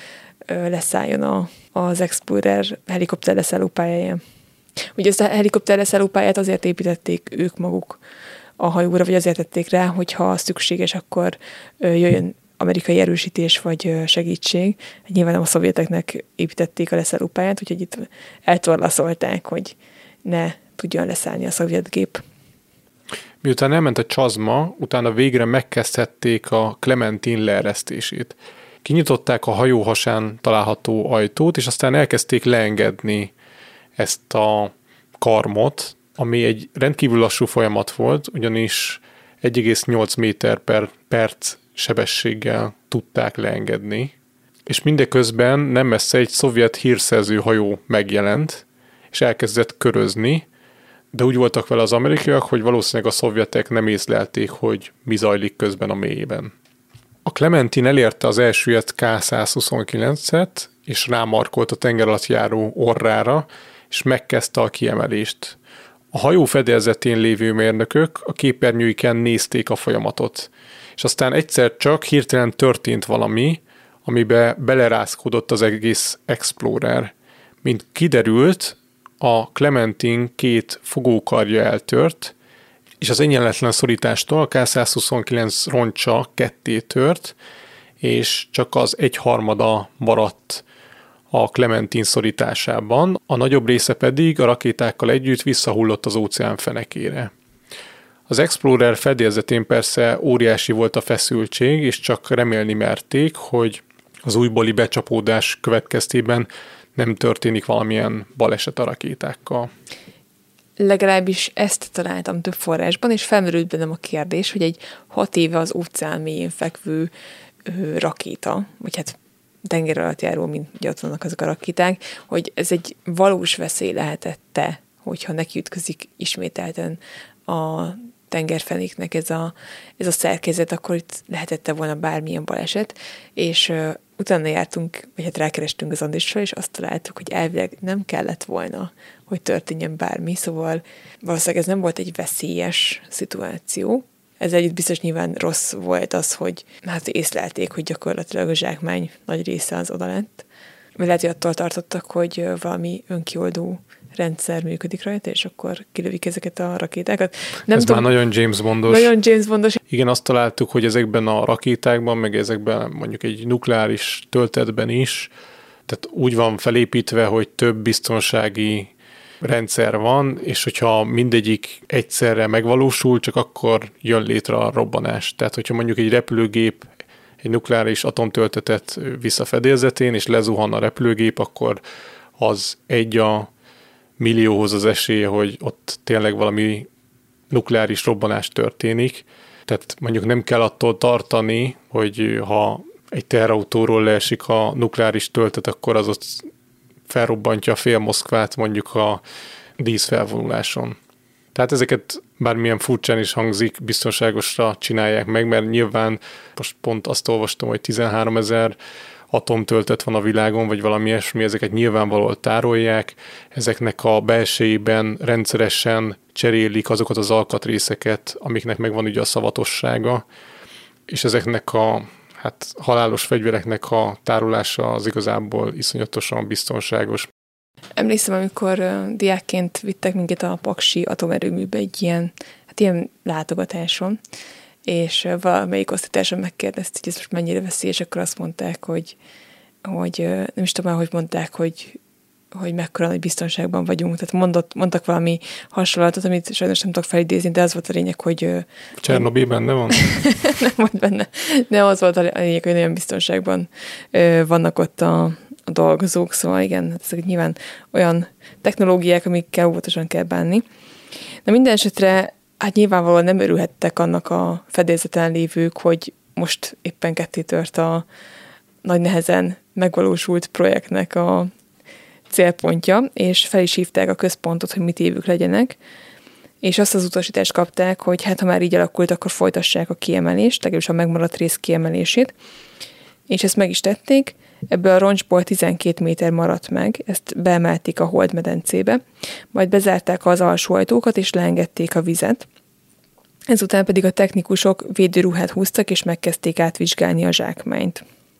leszálljon az Explorer helikopter leszállópályáján. Ugye ezt a helikopter leszállópályát azért építették ők maguk a hajóra, vagy azért tették rá, hogyha szükséges, akkor jöjjön amerikai erősítés vagy segítség. Nyilván nem a szovjeteknek építették a leszállópályát, úgyhogy itt eltorlaszolták, hogy ne tudjon leszállni a szovjet gép. Miután elment a Csazma, utána végre megkezdhették a Clementine leeresztését. Kinyitották a hajó hasán található ajtót, és aztán elkezdték leengedni ezt a karmot, ami egy rendkívül lassú folyamat volt, ugyanis 1,8 méter per perc sebességgel tudták leengedni, és mindeközben nem messze egy szovjet hírszerző hajó megjelent, és elkezdett körözni, de úgy voltak vele az amerikaiak, hogy valószínűleg a szovjetek nem észlelték, hogy mi zajlik közben a mélyében. A Clementine elérte az elsüllyedt K-129-et, és rámarkolt a tengeralattjáró orrára, és megkezdte a kiemelést. A hajó fedélzetén lévő mérnökök a képernyőiken nézték a folyamatot, és aztán egyszer csak hirtelen történt valami, amibe belerázkodott az egész Explorer. Mint kiderült, a Clementine 2 fogókarja eltört, és az egyenletlen szorítástól a K-129 roncsa ketté tört, és csak az 1/3 maradt a Clementine szorításában, a nagyobb része pedig a rakétákkal együtt visszahullott az óceán fenekére. Az Explorer fedélzetén persze óriási volt a feszültség, és csak remélni merték, hogy az újbóli becsapódás következtében nem történik valamilyen baleset a rakétákkal. Legalábbis ezt találtam több forrásban, és felmerült bennem a kérdés, hogy egy 6 éve az óceán mélyén fekvő rakéta, vagy hát tengeralattjáró, mint ugye ott vannak azok a rakéták, hogy ez egy valós veszély lehetett-e, hogyha nekiütközik ismételten a tengerfenéknek ez a szerkezet, akkor itt lehetette volna bármilyen baleset, és utána jártunk, vagy hát rákerestünk az Andrissal, és azt találtuk, hogy elvileg nem kellett volna, hogy történjen bármi, szóval valószínűleg ez nem volt egy veszélyes szituáció. Ez együtt biztos nyilván rossz volt az, hogy hát észlelték, hogy gyakorlatilag a zsákmány nagy része az oda lett. Vagy lehet, hogy attól tartottak, hogy valami önkioldó rendszer működik rajta, és akkor kilövik ezeket a rakétákat. Nem ez tudom, már nagyon James Bondos. Nagyon James Bondos. Igen, azt találtuk, hogy ezekben a rakétákban, meg ezekben mondjuk egy nukleáris töltetben is, tehát úgy van felépítve, hogy több biztonsági rendszer van, és hogyha mindegyik egyszerre megvalósul, csak akkor jön létre a robbanás. Tehát, hogyha mondjuk egy repülőgép egy nukleáris atomtöltetet visz a fedélzetén, és lezuhan a repülőgép, akkor az 1/millióhoz az esélye, hogy ott tényleg valami nukleáris robbanás történik. Tehát mondjuk nem kell attól tartani, hogy ha egy teherautóról leesik a nukleáris töltet, akkor az ott felrobbantja fél Moszkvát mondjuk a díszfelvonuláson. Tehát ezeket bármilyen furcsán is hangzik, biztonságosra csinálják meg, mert nyilván most pont azt olvastam, hogy 13 000 atomtöltet van a világon, vagy valami ilyesmi, ezeket nyilvánvalóan tárolják, ezeknek a belsejében rendszeresen cserélik azokat az alkatrészeket, amiknek megvan ugye a szavatossága, és ezeknek a halálos fegyvereknek a tárolása az igazából iszonyatosan biztonságos. Emlékszem, amikor diákként vittek minket a paksi atomerőműbe egy ilyen látogatáson, és valamelyik osztálytársam megkérdezte, hogy ez most mennyire veszélyes, akkor azt mondták, hogy nem is tudom már, hogy mondták, hogy mekkora nagy biztonságban vagyunk. Tehát mondtak valami hasonlatot, amit sajnos nem tudok felidézni, de az volt a lényeg, hogy... Csernobyl benne van? Nem volt benne. De az volt a lényeg, hogy nagyon biztonságban vannak ott a dolgozók, szóval igen, ezek nyilván olyan technológiák, amikkel óvatosan kell bánni. De minden esetre hát nyilvánvalóan nem örülhettek annak a fedélzeten lévők, hogy most éppen ketté tört a nagy nehezen megvalósult projektnek a célpontja, és fel is hívták a központot, hogy mit évük legyenek, és azt az utasítást kapták, hogy hát ha már így alakult, akkor folytassák a kiemelést, legalábbis a megmaradt rész kiemelését, és ezt meg is tették. Ebből a roncsból 12 méter maradt meg, ezt beemelték a holdmedencébe, majd bezárták az alsó ajtókat, és leengedték a vizet. Ezután pedig a technikusok védőruhát húztak, és megkezdték átvizsgálni a zsákmányt.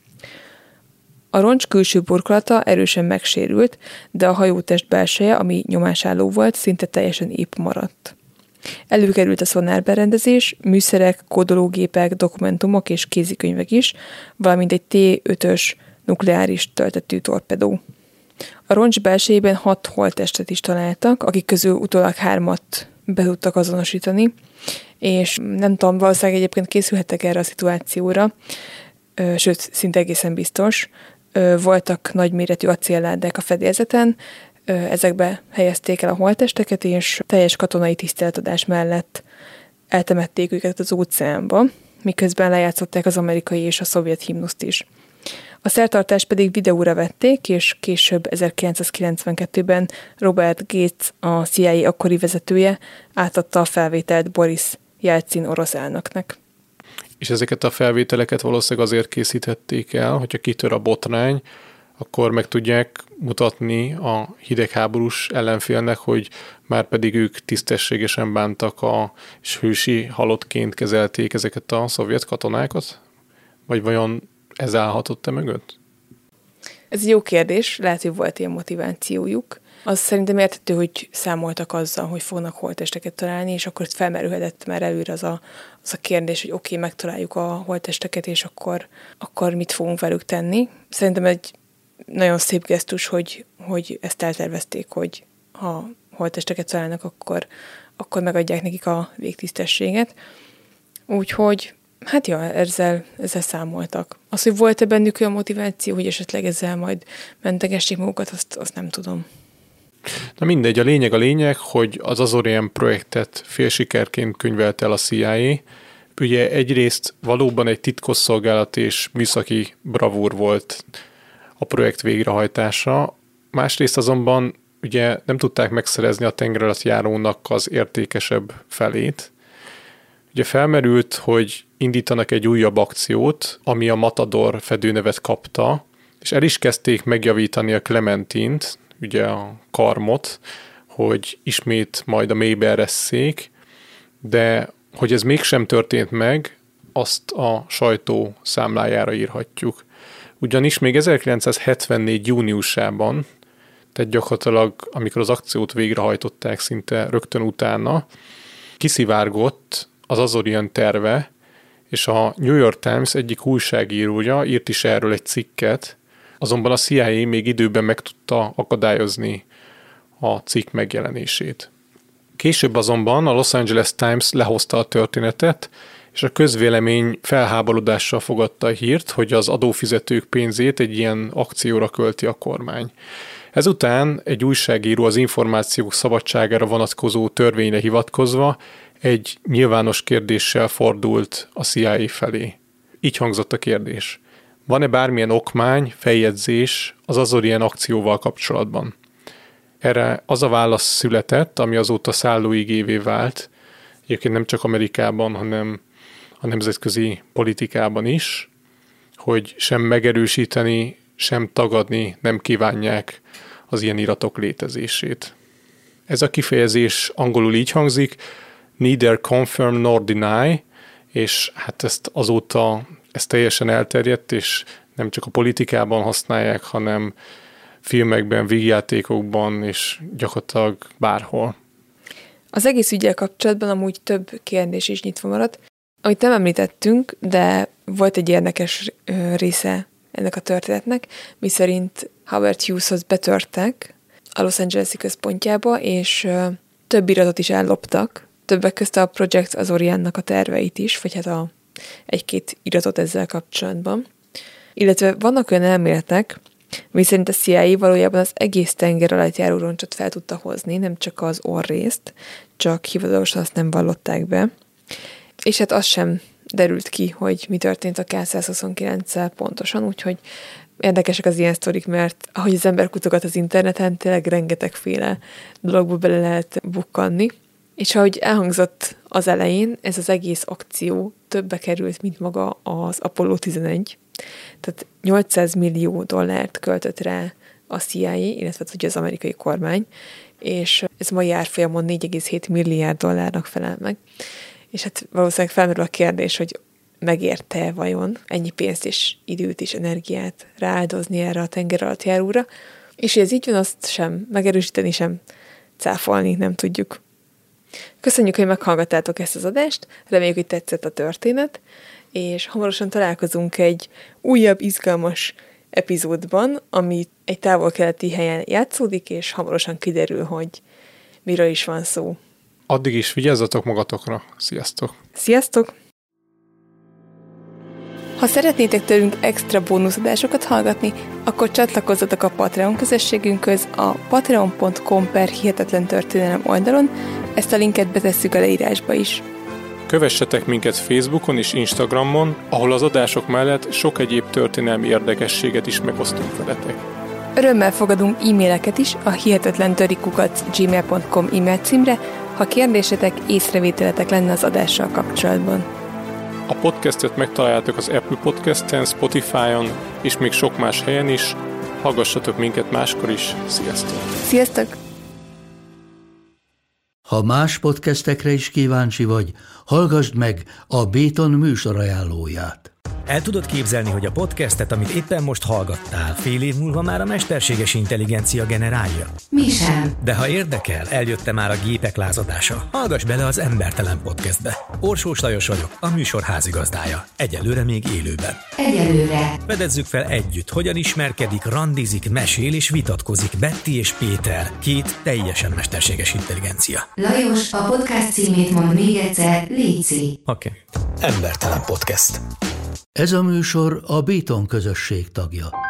A roncs külső burkolata erősen megsérült, de a hajótest belseje, ami nyomásálló volt, szinte teljesen épp maradt. Előkerült a szonárberendezés, műszerek, kódológépek, dokumentumok és kézikönyvek is, valamint egy T-5-ös nukleáris töltetű torpedó. A roncs belsejében 6 holttestet is találtak, akik közül utólag 3-at be tudtak azonosítani, és nem tudom, valószínűleg egyébként készülhettek erre a szituációra, sőt, szinte egészen biztos. Voltak nagyméretű acélládák a fedélzeten, ezekbe helyezték el a holttesteket, és teljes katonai tiszteletadás mellett eltemették őket az óceánba, miközben lejátszották az amerikai és a szovjet himnuszt is. A szertartást pedig videóra vették, és később 1992-ben Robert Gates, a CIA akkori vezetője átadta a felvételt Boris Jelcin orosz elnöknek. És ezeket a felvételeket valószínűleg azért készíthették el, hogyha kitör a botrány, akkor meg tudják mutatni a hidegháborús ellenfélnek, hogy már pedig ők tisztességesen bántak és hősi halottként kezelték ezeket a szovjet katonákat? Vagy vajon ez állhatott-e mögött? Ez egy jó kérdés, lehet, hogy volt ilyen motivációjuk. Az szerintem érthető, hogy számoltak azzal, hogy fognak holttesteket találni, és akkor felmerülhetett már előre az a kérdés, hogy oké, megtaláljuk a holttesteket, és akkor mit fogunk velük tenni. Szerintem egy nagyon szép gesztus, hogy ezt eltervezték, hogy ha holttesteket találnak, akkor megadják nekik a végtisztességet. Úgyhogy hát ja, ezzel számoltak. Az, hogy volt-e bennük olyan motiváció, hogy esetleg ezzel majd mentegessék magukat, azt nem tudom. Na mindegy, a lényeg, hogy az Azorian projektet félsikerként könyvelte el a CIA. Ugye egyrészt valóban egy titkosszolgálat és műszaki bravúr volt a projekt végrehajtása, másrészt azonban ugye nem tudták megszerezni a tengeralattjárónak az értékesebb felét, Ugye felmerült, hogy indítanak egy újabb akciót, ami a Matador fedőnevet kapta, és el is kezdték megjavítani a Clementint, ugye a karmot, hogy ismét majd a mélybe eresszék, de hogy ez mégsem történt meg, azt a sajtó számlájára írhatjuk. Ugyanis még 1974. júniusában, tehát gyakorlatilag amikor az akciót végrehajtották szinte rögtön utána, kiszivárgott az Azorian terve, és a New York Times egyik újságírója írt is erről egy cikket, azonban a CIA még időben meg tudta akadályozni a cikk megjelenését. Később azonban a Los Angeles Times lehozta a történetet, és a közvélemény felháborodással fogadta a hírt, hogy az adófizetők pénzét egy ilyen akcióra költi a kormány. Ezután egy újságíró az információk szabadságára vonatkozó törvényre hivatkozva egy nyilvános kérdéssel fordult a CIA felé. Így hangzott a kérdés. Van-e bármilyen okmány, feljegyzés az Azorian akcióval kapcsolatban? Erre az a válasz született, ami azóta szállóigévé vált, egyébként nem csak Amerikában, hanem a nemzetközi politikában is, hogy sem megerősíteni, sem tagadni nem kívánják az ilyen iratok létezését. Ez a kifejezés angolul így hangzik, neither confirm nor deny, és hát ezt azóta ez teljesen elterjedt, és nem csak a politikában használják, hanem filmekben, vígjátékokban, és gyakorlatilag bárhol. Az egész üggyel kapcsolatban amúgy több kérdés is nyitva maradt, amit nem említettünk, de volt egy érdekes része ennek a történetnek, miszerint Howard Hugheshoz betörtek a Los Angeles-i központjába, és több iratot is elloptak, többek közt a Project Azoriannak a terveit is, vagy hát egy-két iratot ezzel kapcsolatban. Illetve vannak olyan elméletek, miszerint a CIA valójában az egész tenger alatt járó roncsot fel tudta hozni, nem csak az orrrészt, csak hivatalosan azt nem vallották be. És hát az sem derült ki, hogy mi történt a K-129-szel pontosan, úgyhogy érdekesek az ilyen sztorik, mert ahogy az ember kutogat az interneten, tényleg rengetegféle dologba bele lehet bukkanni. És ahogy elhangzott az elején, ez az egész akció többbe került, mint maga az Apollo 11. Tehát $800 millió költött rá a CIA, illetve ugye az amerikai kormány, és ez mai árfolyamon $4,7 milliárd felel meg. És hát valószínűleg felmerül a kérdés, hogy megérte vajon ennyi pénzt és időt és energiát rááldozni erre a tenger alatt járóra, és hogy ez így van, azt sem megerősíteni, sem cáfolni nem tudjuk. Köszönjük, hogy meghallgattátok ezt az adást, reméljük, hogy tetszett a történet, és hamarosan találkozunk egy újabb, izgalmas epizódban, ami egy távol-keleti helyen játszódik, és hamarosan kiderül, hogy miről is van szó. Addig is vigyázzatok magatokra. Sziasztok! Sziasztok! Ha szeretnétek tőlünk extra bónuszadásokat hallgatni, akkor csatlakozzatok a Patreon közösségünkhöz a patreon.com/hihetetlentörténelem oldalon, ezt a linket betesszük a leírásba is. Kövessetek minket Facebookon és Instagramon, ahol az adások mellett sok egyéb történelmi érdekességet is megosztunk veletek. Örömmel fogadunk e-maileket is a hihetetlentörikukac@gmail.com e-mail címre, ha kérdésetek, észrevételetek lenne az adással kapcsolatban. A podcastet megtaláljátok az Apple Podcast-en, Spotify-on és még sok más helyen is. Hallgassatok minket máskor is. Sziasztok! Sziasztok! Ha más podcastekre is kíváncsi vagy, hallgassd meg a Béton műsor ajánlóját. El tudod képzelni, hogy a podcastet, amit éppen most hallgattál, fél év múlva már a mesterséges intelligencia generálja? Mi sem. De ha érdekel, eljött már a gépek lázadása. Hallgass bele az Embertelen Podcastbe. Orsós Lajos vagyok, a műsor házigazdája. Egyelőre még élőben. Egyelőre. Fedezzük fel együtt, hogyan ismerkedik, randizik, mesél és vitatkozik Betty és Péter, két teljesen mesterséges intelligencia. Lajos, a podcast címét mond még egyszer, léci. Oké. Embertelen Podcast. Ez a műsor a Béton közösség tagja.